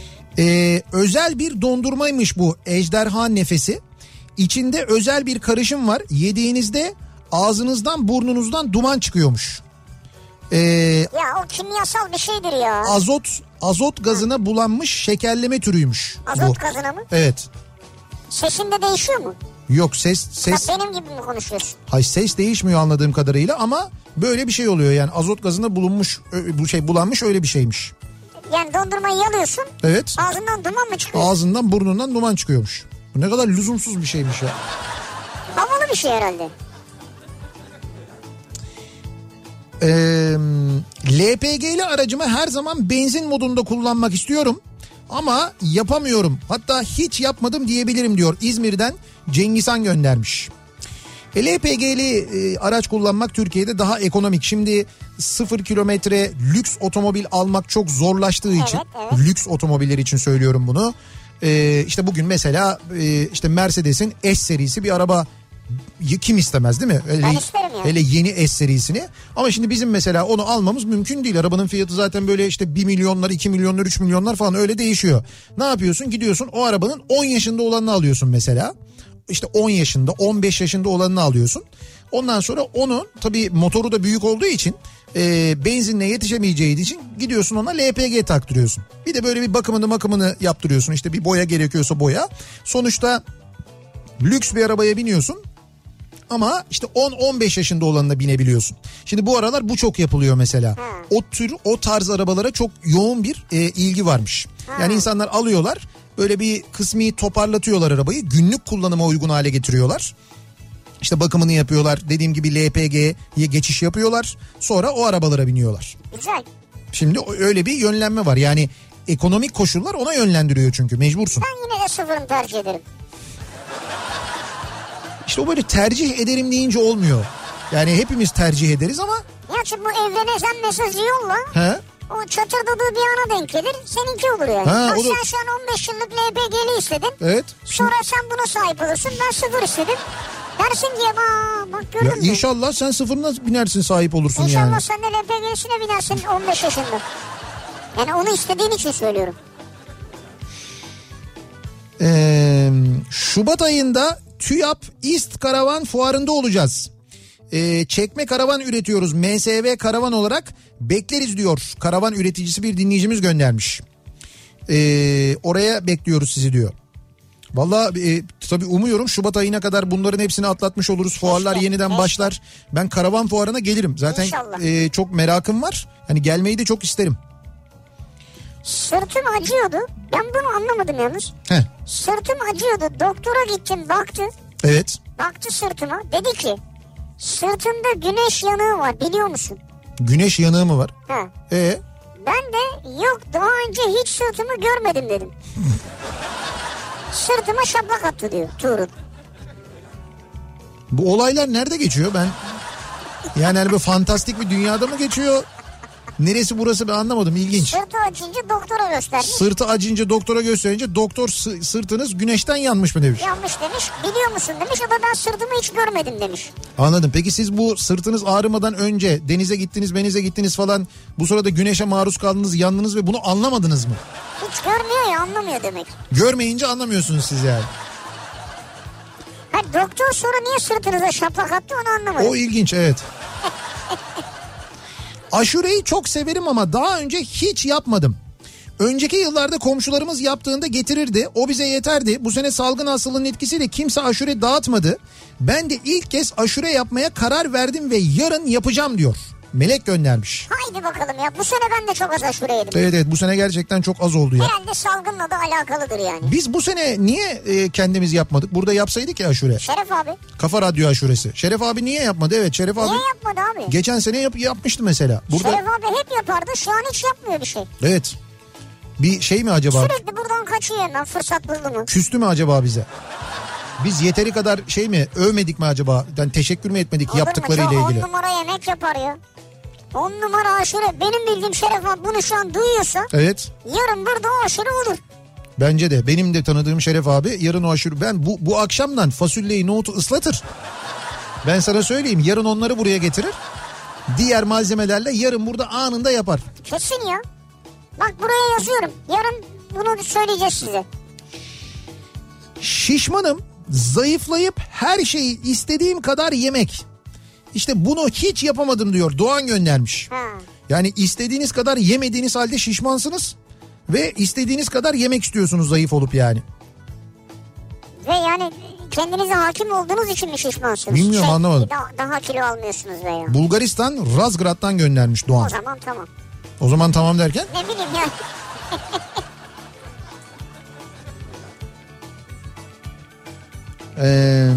A: Ee, özel bir dondurmaymış bu ejderha nefesi. İçinde özel bir karışım var. Yediğinizde ağzınızdan burnunuzdan duman çıkıyormuş. Ee,
B: ya o kimyasal bir şeydir ya.
A: Azot azot gazına bulanmış şekerleme türüymüş.
B: Azot
A: bu.
B: gazına mı?
A: Evet.
B: Sesinde değişiyor mu?
A: Yok ses ses.
B: Ya benim gibi mi konuşuyorsun?
A: Hayır, ses değişmiyor anladığım kadarıyla ama böyle bir şey oluyor yani, azot gazına bulunmuş bu şey bulanmış öyle bir şeymiş.
B: Yani dondurmayı yalıyorsun.
A: Evet.
B: Ağzından duman mı çıkıyor?
A: Ağzından burnundan duman çıkıyormuş. Bu ne kadar lüzumsuz bir şeymiş ya.
B: Havalı bir şey herhalde.
A: Ee, L P G'li aracımı her zaman benzin modunda kullanmak istiyorum. ama yapamıyorum. Hatta hiç yapmadım diyebilirim diyor. İzmir'den Cengizhan göndermiş. L P G'li e, araç kullanmak Türkiye'de daha ekonomik. Şimdi sıfır kilometre lüks otomobil almak çok zorlaştığı için,
B: evet, evet.
A: lüks otomobiller için söylüyorum bunu. E, işte bugün mesela e, işte Mercedes'in S serisi bir araba kim istemez değil mi? Öyle,
B: ben isterim ya.
A: Hele yeni S serisini. Ama şimdi bizim mesela onu almamız mümkün değil. Arabanın fiyatı zaten böyle işte bir milyonlar, iki milyonlar, üç milyonlar falan öyle değişiyor. Ne yapıyorsun? Gidiyorsun o arabanın on yaşında olanını alıyorsun mesela. İşte on yaşında, on beş yaşında olanını alıyorsun. Ondan sonra onu tabii motoru da büyük olduğu için e, benzinle yetişemeyeceği için gidiyorsun ona L P G taktırıyorsun. Bir de böyle bir bakımını bakımını yaptırıyorsun. İşte bir boya gerekiyorsa boya. Sonuçta lüks bir arabaya biniyorsun. Ama işte on on beş yaşında olanına binebiliyorsun. Şimdi bu aralar bu çok yapılıyor mesela. Hmm. O tür o tarz arabalara çok yoğun bir e, ilgi varmış. Hmm. Yani insanlar alıyorlar, böyle bir kısmi toparlatıyorlar arabayı, günlük kullanıma uygun hale getiriyorlar. İşte bakımını yapıyorlar, dediğim gibi L P G'ye geçiş yapıyorlar, sonra o arabalara biniyorlar.
B: Güzel.
A: Şimdi öyle bir yönlenme var, yani ekonomik koşullar ona yönlendiriyor çünkü mecbursun.
B: Ben yine de sıfırını tercih ederim.
A: İşte o böyle tercih ederim deyince olmuyor. Yani hepimiz tercih ederiz ama.
B: Ya şimdi bu evrene sen mesajı yolla.
A: He?
B: O çatırdadığı bir ana denk gelir. Seninki olur yani.
A: Ha,
B: Bak
A: o da...
B: sen şu an on beş yıllık L P G'li istedin.
A: Evet.
B: Sonra sen buna sahip olursun. Ben sıfır istedim. Dersin diye bak, bak gördün
A: ya
B: mü?
A: İnşallah sen sıfırına binersin, sahip olursun
B: İnşallah
A: yani.
B: İnşallah sen de L P G'sine binersin on beş yaşında. Yani onu istediğin için söylüyorum.
A: Ee, Şubat ayında TÜYAP İST Karavan Fuarı'nda olacağız. Ee, çekme karavan üretiyoruz. M S V karavan olarak bekleriz diyor. Karavan üreticisi bir dinleyicimiz göndermiş. Ee, oraya bekliyoruz sizi diyor. Vallahi e, tabii umuyorum Şubat ayına kadar bunların hepsini atlatmış oluruz. Fuarlar işte, yeniden işte. başlar. Ben karavan fuarına gelirim. Zaten e, çok merakım var. Hani gelmeyi de çok isterim.
B: Sırtım acıyordu. Ben bunu anlamadım yalnız.
A: Heh.
B: Sırtım acıyordu. Doktora gittim, baktı.
A: Evet.
B: Baktı sırtıma. Dedi ki sırtında güneş yanığı var, biliyor musun?
A: Güneş yanığı mı var?
B: Ha.
A: Ee?
B: Ben de yok, daha önce hiç sırtımı görmedim dedim. Sırtıma şaplak attı diyor Tuğrul.
A: Bu olaylar nerede geçiyor ben? Yani hani bir fantastik bir dünyada mı geçiyor? Neresi burası ben anlamadım, ilginç.
B: Sırtı acınca doktora göstermiş.
A: Sırtı acınca doktora gösterince doktor sırtınız güneşten yanmış mı demiş.
B: Yanmış demiş, biliyor musun demiş, o da ben sırtımı hiç görmedim demiş.
A: Anladım. Peki siz bu sırtınız ağrımadan önce denize gittiniz, denize gittiniz falan, bu sırada güneşe maruz kaldınız, yandınız ve bunu anlamadınız mı?
B: Hiç görmüyor ya, anlamıyor demek.
A: Görmeyince anlamıyorsunuz siz yani.
B: Ha, doktor sonra niye sırtınıza şaplak attı onu anlamadım.
A: O ilginç, evet. Aşureyi çok severim ama daha önce hiç yapmadım. Önceki yıllarda komşularımız yaptığında getirirdi. O bize yeterdi. Bu sene salgın hastalığının etkisiyle kimse aşure dağıtmadı. Ben de ilk kez aşure yapmaya karar verdim ve yarın yapacağım diyor. Melek göndermiş.
B: Haydi bakalım ya. Bu sene ben de çok az aşure yedim.
A: Evet evet, bu sene gerçekten çok az oldu ya.
B: Herhalde salgınla da alakalıdır yani.
A: Biz bu sene niye e, kendimiz yapmadık? Burada yapsaydık ya aşure.
B: Şeref abi.
A: Kafa Radyo aşuresi. Şeref abi niye yapmadı? Evet, Şeref abi.
B: Niye yapmadı abi?
A: Geçen sene yap, yapmıştı mesela. Burada...
B: Şeref abi hep yapardı, şu an hiç yapmıyor bir şey.
A: Evet. Bir şey mi acaba?
B: Sürekli buradan kaçıyor hemen, fırsat buldu mu?
A: Küstü mü acaba bize? Biz yeteri kadar şey mi, övmedik mi acaba? Yani teşekkür mü etmedik
B: olur
A: yaptıklarıyla
B: mu?
A: ilgili?
B: On numara yemek yapar ya. On numara aşure. Benim bildiğim Şeref abi bunu şu an duyuyorsa. Evet. Yarın burada o aşure olur.
A: Bence de. Benim de tanıdığım Şeref abi yarın o aşure. Ben bu, bu akşamdan fasulyeyi, nohutu ıslatır. Ben sana söyleyeyim, yarın onları buraya getirir. Diğer malzemelerle yarın burada anında yapar.
B: Kesin ya. Bak buraya yazıyorum. Yarın bunu söyleyeceğiz size.
A: Şişmanım, zayıflayıp her şeyi istediğim kadar yemek. İşte bunu hiç yapamadım diyor. Doğan göndermiş. Ha. Yani istediğiniz kadar yemediğiniz halde şişmansınız. Ve istediğiniz kadar yemek istiyorsunuz zayıf olup yani.
B: Ve yani kendinize hakim olduğunuz için mi şişmansınız?
A: Bilmiyorum, şey, anlamadım.
B: Daha, daha kilo almıyorsunuz veya.
A: Bulgaristan Razgrad'dan göndermiş Doğan.
B: O zaman tamam.
A: O zaman tamam derken?
B: Ne bileyim ya.
A: Ee,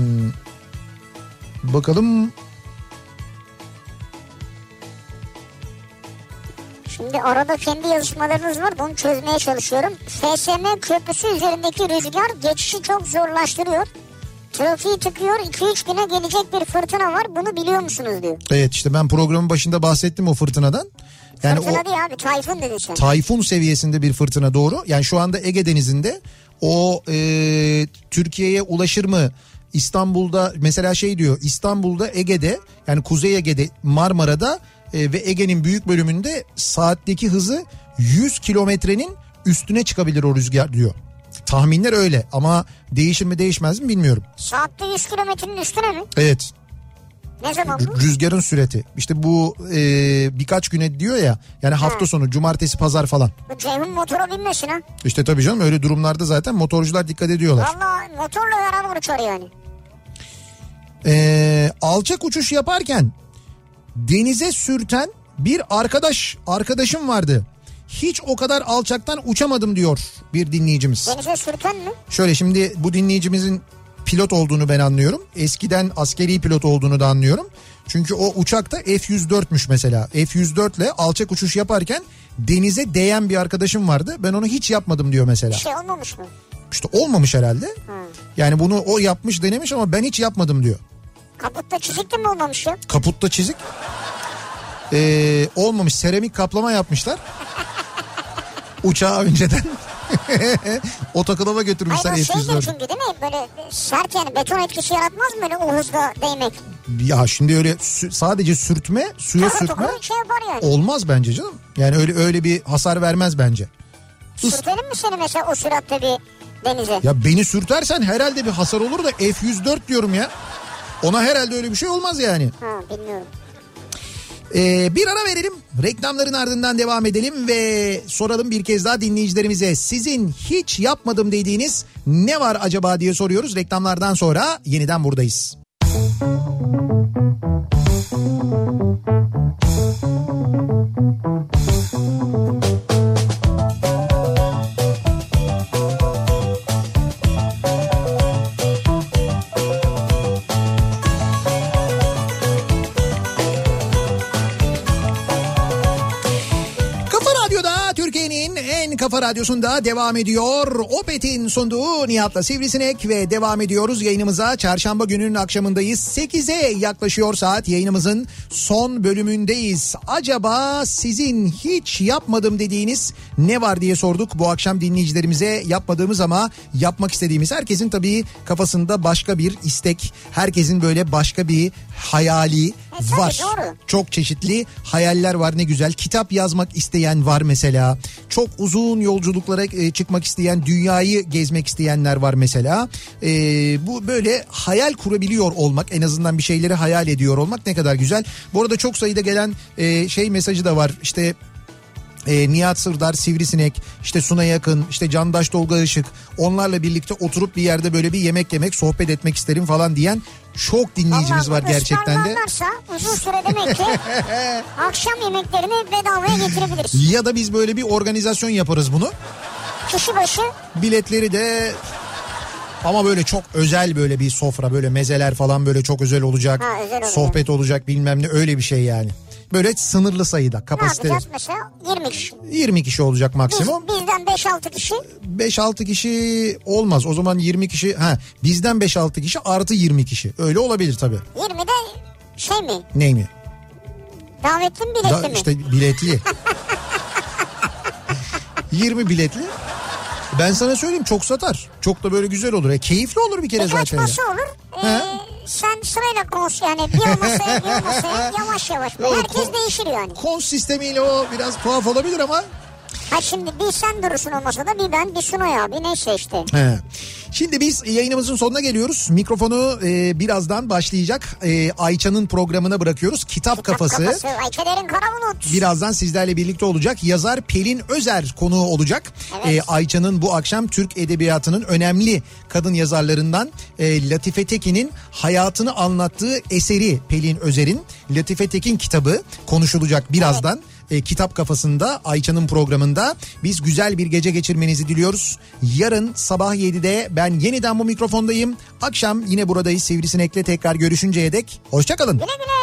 A: bakalım.
B: Şimdi Şimdi arada kendi yazışmalarınız var, bunu çözmeye çalışıyorum. F S M köprüsü üzerindeki rüzgar geçişi çok zorlaştırıyor. Trafiği tıkıyor, iki üç güne gelecek bir fırtına var, bunu biliyor musunuz diyor.
A: Evet, işte ben programın başında bahsettim o fırtınadan. Yani
B: fırtına
A: o,
B: değil abi, tayfun dedin sen.
A: Tayfun seviyesinde bir fırtına, doğru. Yani şu anda Ege Denizi'nde o e, Türkiye'ye ulaşır mı? İstanbul'da mesela şey diyor, İstanbul'da, Ege'de, yani Kuzey Ege'de, Marmara'da e, ve Ege'nin büyük bölümünde saatteki hızı yüz kilometrenin üstüne çıkabilir o rüzgar diyor. Tahminler öyle ama değişir mi değişmez mi bilmiyorum.
B: Saatte yüz kilometrenin üstüne mi?
A: Evet.
B: Ne zaman bu?
A: Rüzgarın süreti. İşte bu e, birkaç güne diyor ya, yani hafta ha. sonu, cumartesi, pazar falan.
B: Bu Ceyhun motora binmesin ha.
A: İşte tabii canım, öyle durumlarda zaten motorcular dikkat ediyorlar.
B: Valla motorla beraber uçar yani.
A: E, alçak uçuş yaparken denize sürten bir arkadaş arkadaşım vardı. Hiç o kadar alçaktan uçamadım diyor bir dinleyicimiz.
B: Denize sürten mi?
A: Şöyle, şimdi bu dinleyicimizin pilot olduğunu ben anlıyorum. Eskiden askeri pilot olduğunu da anlıyorum. Çünkü o uçakta F yüz dört'müş mesela. F yüz dört ile alçak uçuş yaparken denize değen bir arkadaşım vardı. Ben onu hiç yapmadım diyor mesela.
B: Bir şey olmamış mı?
A: İşte olmamış herhalde.
B: Hmm.
A: Yani bunu o yapmış, denemiş ama ben hiç yapmadım diyor.
B: Kaputta çizik de mi olmamış ya?
A: Kaputta çizik? Ee, olmamış, seramik kaplama yapmışlar. Uçağı önceden o takılama götürmüşler.
B: Hayır, o şeydir çünkü değil mi? Böyle sert, yani beton etkisi yaratmaz mı öyle o hızda değmek?
A: Ya şimdi öyle sü- sadece sürtme, suya
B: Takır
A: sürtme
B: şey yapar yani.
A: olmaz bence canım. Yani öyle öyle bir hasar vermez bence.
B: Sürtelim mi seni mesela o süratte bir denize?
A: Ya beni sürtersen herhalde bir hasar olur da F yüz dört diyorum ya. Ona herhalde öyle bir şey olmaz yani.
B: Ha, bilmiyorum.
A: Ee, bir ara verelim. Reklamların ardından devam edelim ve soralım bir kez daha dinleyicilerimize. Sizin hiç yapmadım dediğiniz ne var acaba diye soruyoruz. Reklamlardan sonra yeniden buradayız. Kafa Radyosu'nda devam ediyor. Opet'in sunduğu Nihat'la Sivrisinek ve devam ediyoruz yayınımıza. Çarşamba gününün akşamındayız. sekize yaklaşıyor saat. Yayınımızın son bölümündeyiz. Acaba sizin hiç yapmadım dediğiniz ne var diye sorduk bu akşam dinleyicilerimize. Yapmadığımız ama yapmak istediğimiz, herkesin tabii kafasında başka bir istek, herkesin böyle başka bir hayali
B: e,
A: var.
B: Doğru.
A: Çok çeşitli hayaller var, ne güzel. Kitap yazmak isteyen var mesela. Çok uzun yolculuklara e, çıkmak isteyen, dünyayı gezmek isteyenler var mesela. E, bu böyle hayal kurabiliyor olmak, en azından bir şeyleri hayal ediyor olmak ne kadar güzel. Bu arada çok sayıda gelen e, şey mesajı da var. İşte E, Nihat Sırdar, Sivrisinek, işte Suna Yakın, işte Candaş Tolga Işık, onlarla birlikte oturup bir yerde böyle bir yemek yemek, sohbet etmek isterim falan diyen çok dinleyicimiz var gerçekten de.
B: Varsa uzun süre demek ki akşam yemeklerini bedavaya getirebiliriz.
A: Ya da biz böyle bir organizasyon yaparız bunu.
B: Kişi başı.
A: Biletleri de ama böyle çok özel, böyle bir sofra, böyle mezeler falan böyle çok özel olacak.
B: Ha, özel
A: sohbet olacak, bilmem ne, öyle bir şey yani. Böyle sınırlı sayıda kapasite.
B: Ne yapacağız mesela? yirmi kişi.
A: yirmi kişi olacak maksimum.
B: Biz, bizden beş altı kişi.
A: beş altı kişi olmaz. O zaman yirmi kişi. Ha, bizden beş altı kişi artı yirmi kişi. Öyle olabilir tabii.
B: yirmi de şey mi?
A: Ney mi?
B: Davetli mi, biletli
A: da,
B: mi?
A: İşte biletli. yirmi biletli. Ben sana söyleyeyim, çok satar. Çok da böyle güzel olur. E, keyifli olur bir kere
B: Birkaç
A: zaten.
B: Birkaç masa olur. Ee, sen sırayla kons yani bir o masaya bir o masaya yavaş yavaş. Yok, herkes kon, değişir yani.
A: Kons sistemiyle o biraz tuhaf olabilir ama.
B: Ha şimdi bir sen durursun o masada, bir ben, bir Sunay abi, neyse işte.
A: He. Şimdi biz yayınımızın sonuna geliyoruz. Mikrofonu e, birazdan başlayacak e, Ayça'nın programına bırakıyoruz. Kitap, Kitap Kafası.
B: Kafası. Ayça Derin Karabulut.
A: Birazdan sizlerle birlikte olacak. Yazar Pelin Özer konuğu olacak. Evet. E, Ayça'nın bu akşam Türk Edebiyatı'nın önemli kadın yazarlarından e, Latife Tekin'in hayatını anlattığı eseri, Pelin Özer'in Latife Tekin kitabı konuşulacak birazdan. Evet. E, Kitap Kafası'nda, Ayça'nın programında. Biz güzel bir gece geçirmenizi diliyoruz. Yarın sabah yedide ben yeniden bu mikrofondayım. Akşam yine buradayız Sivrisinek'le tekrar görüşünceye dek. Hoşça kalın.
B: Güle güle.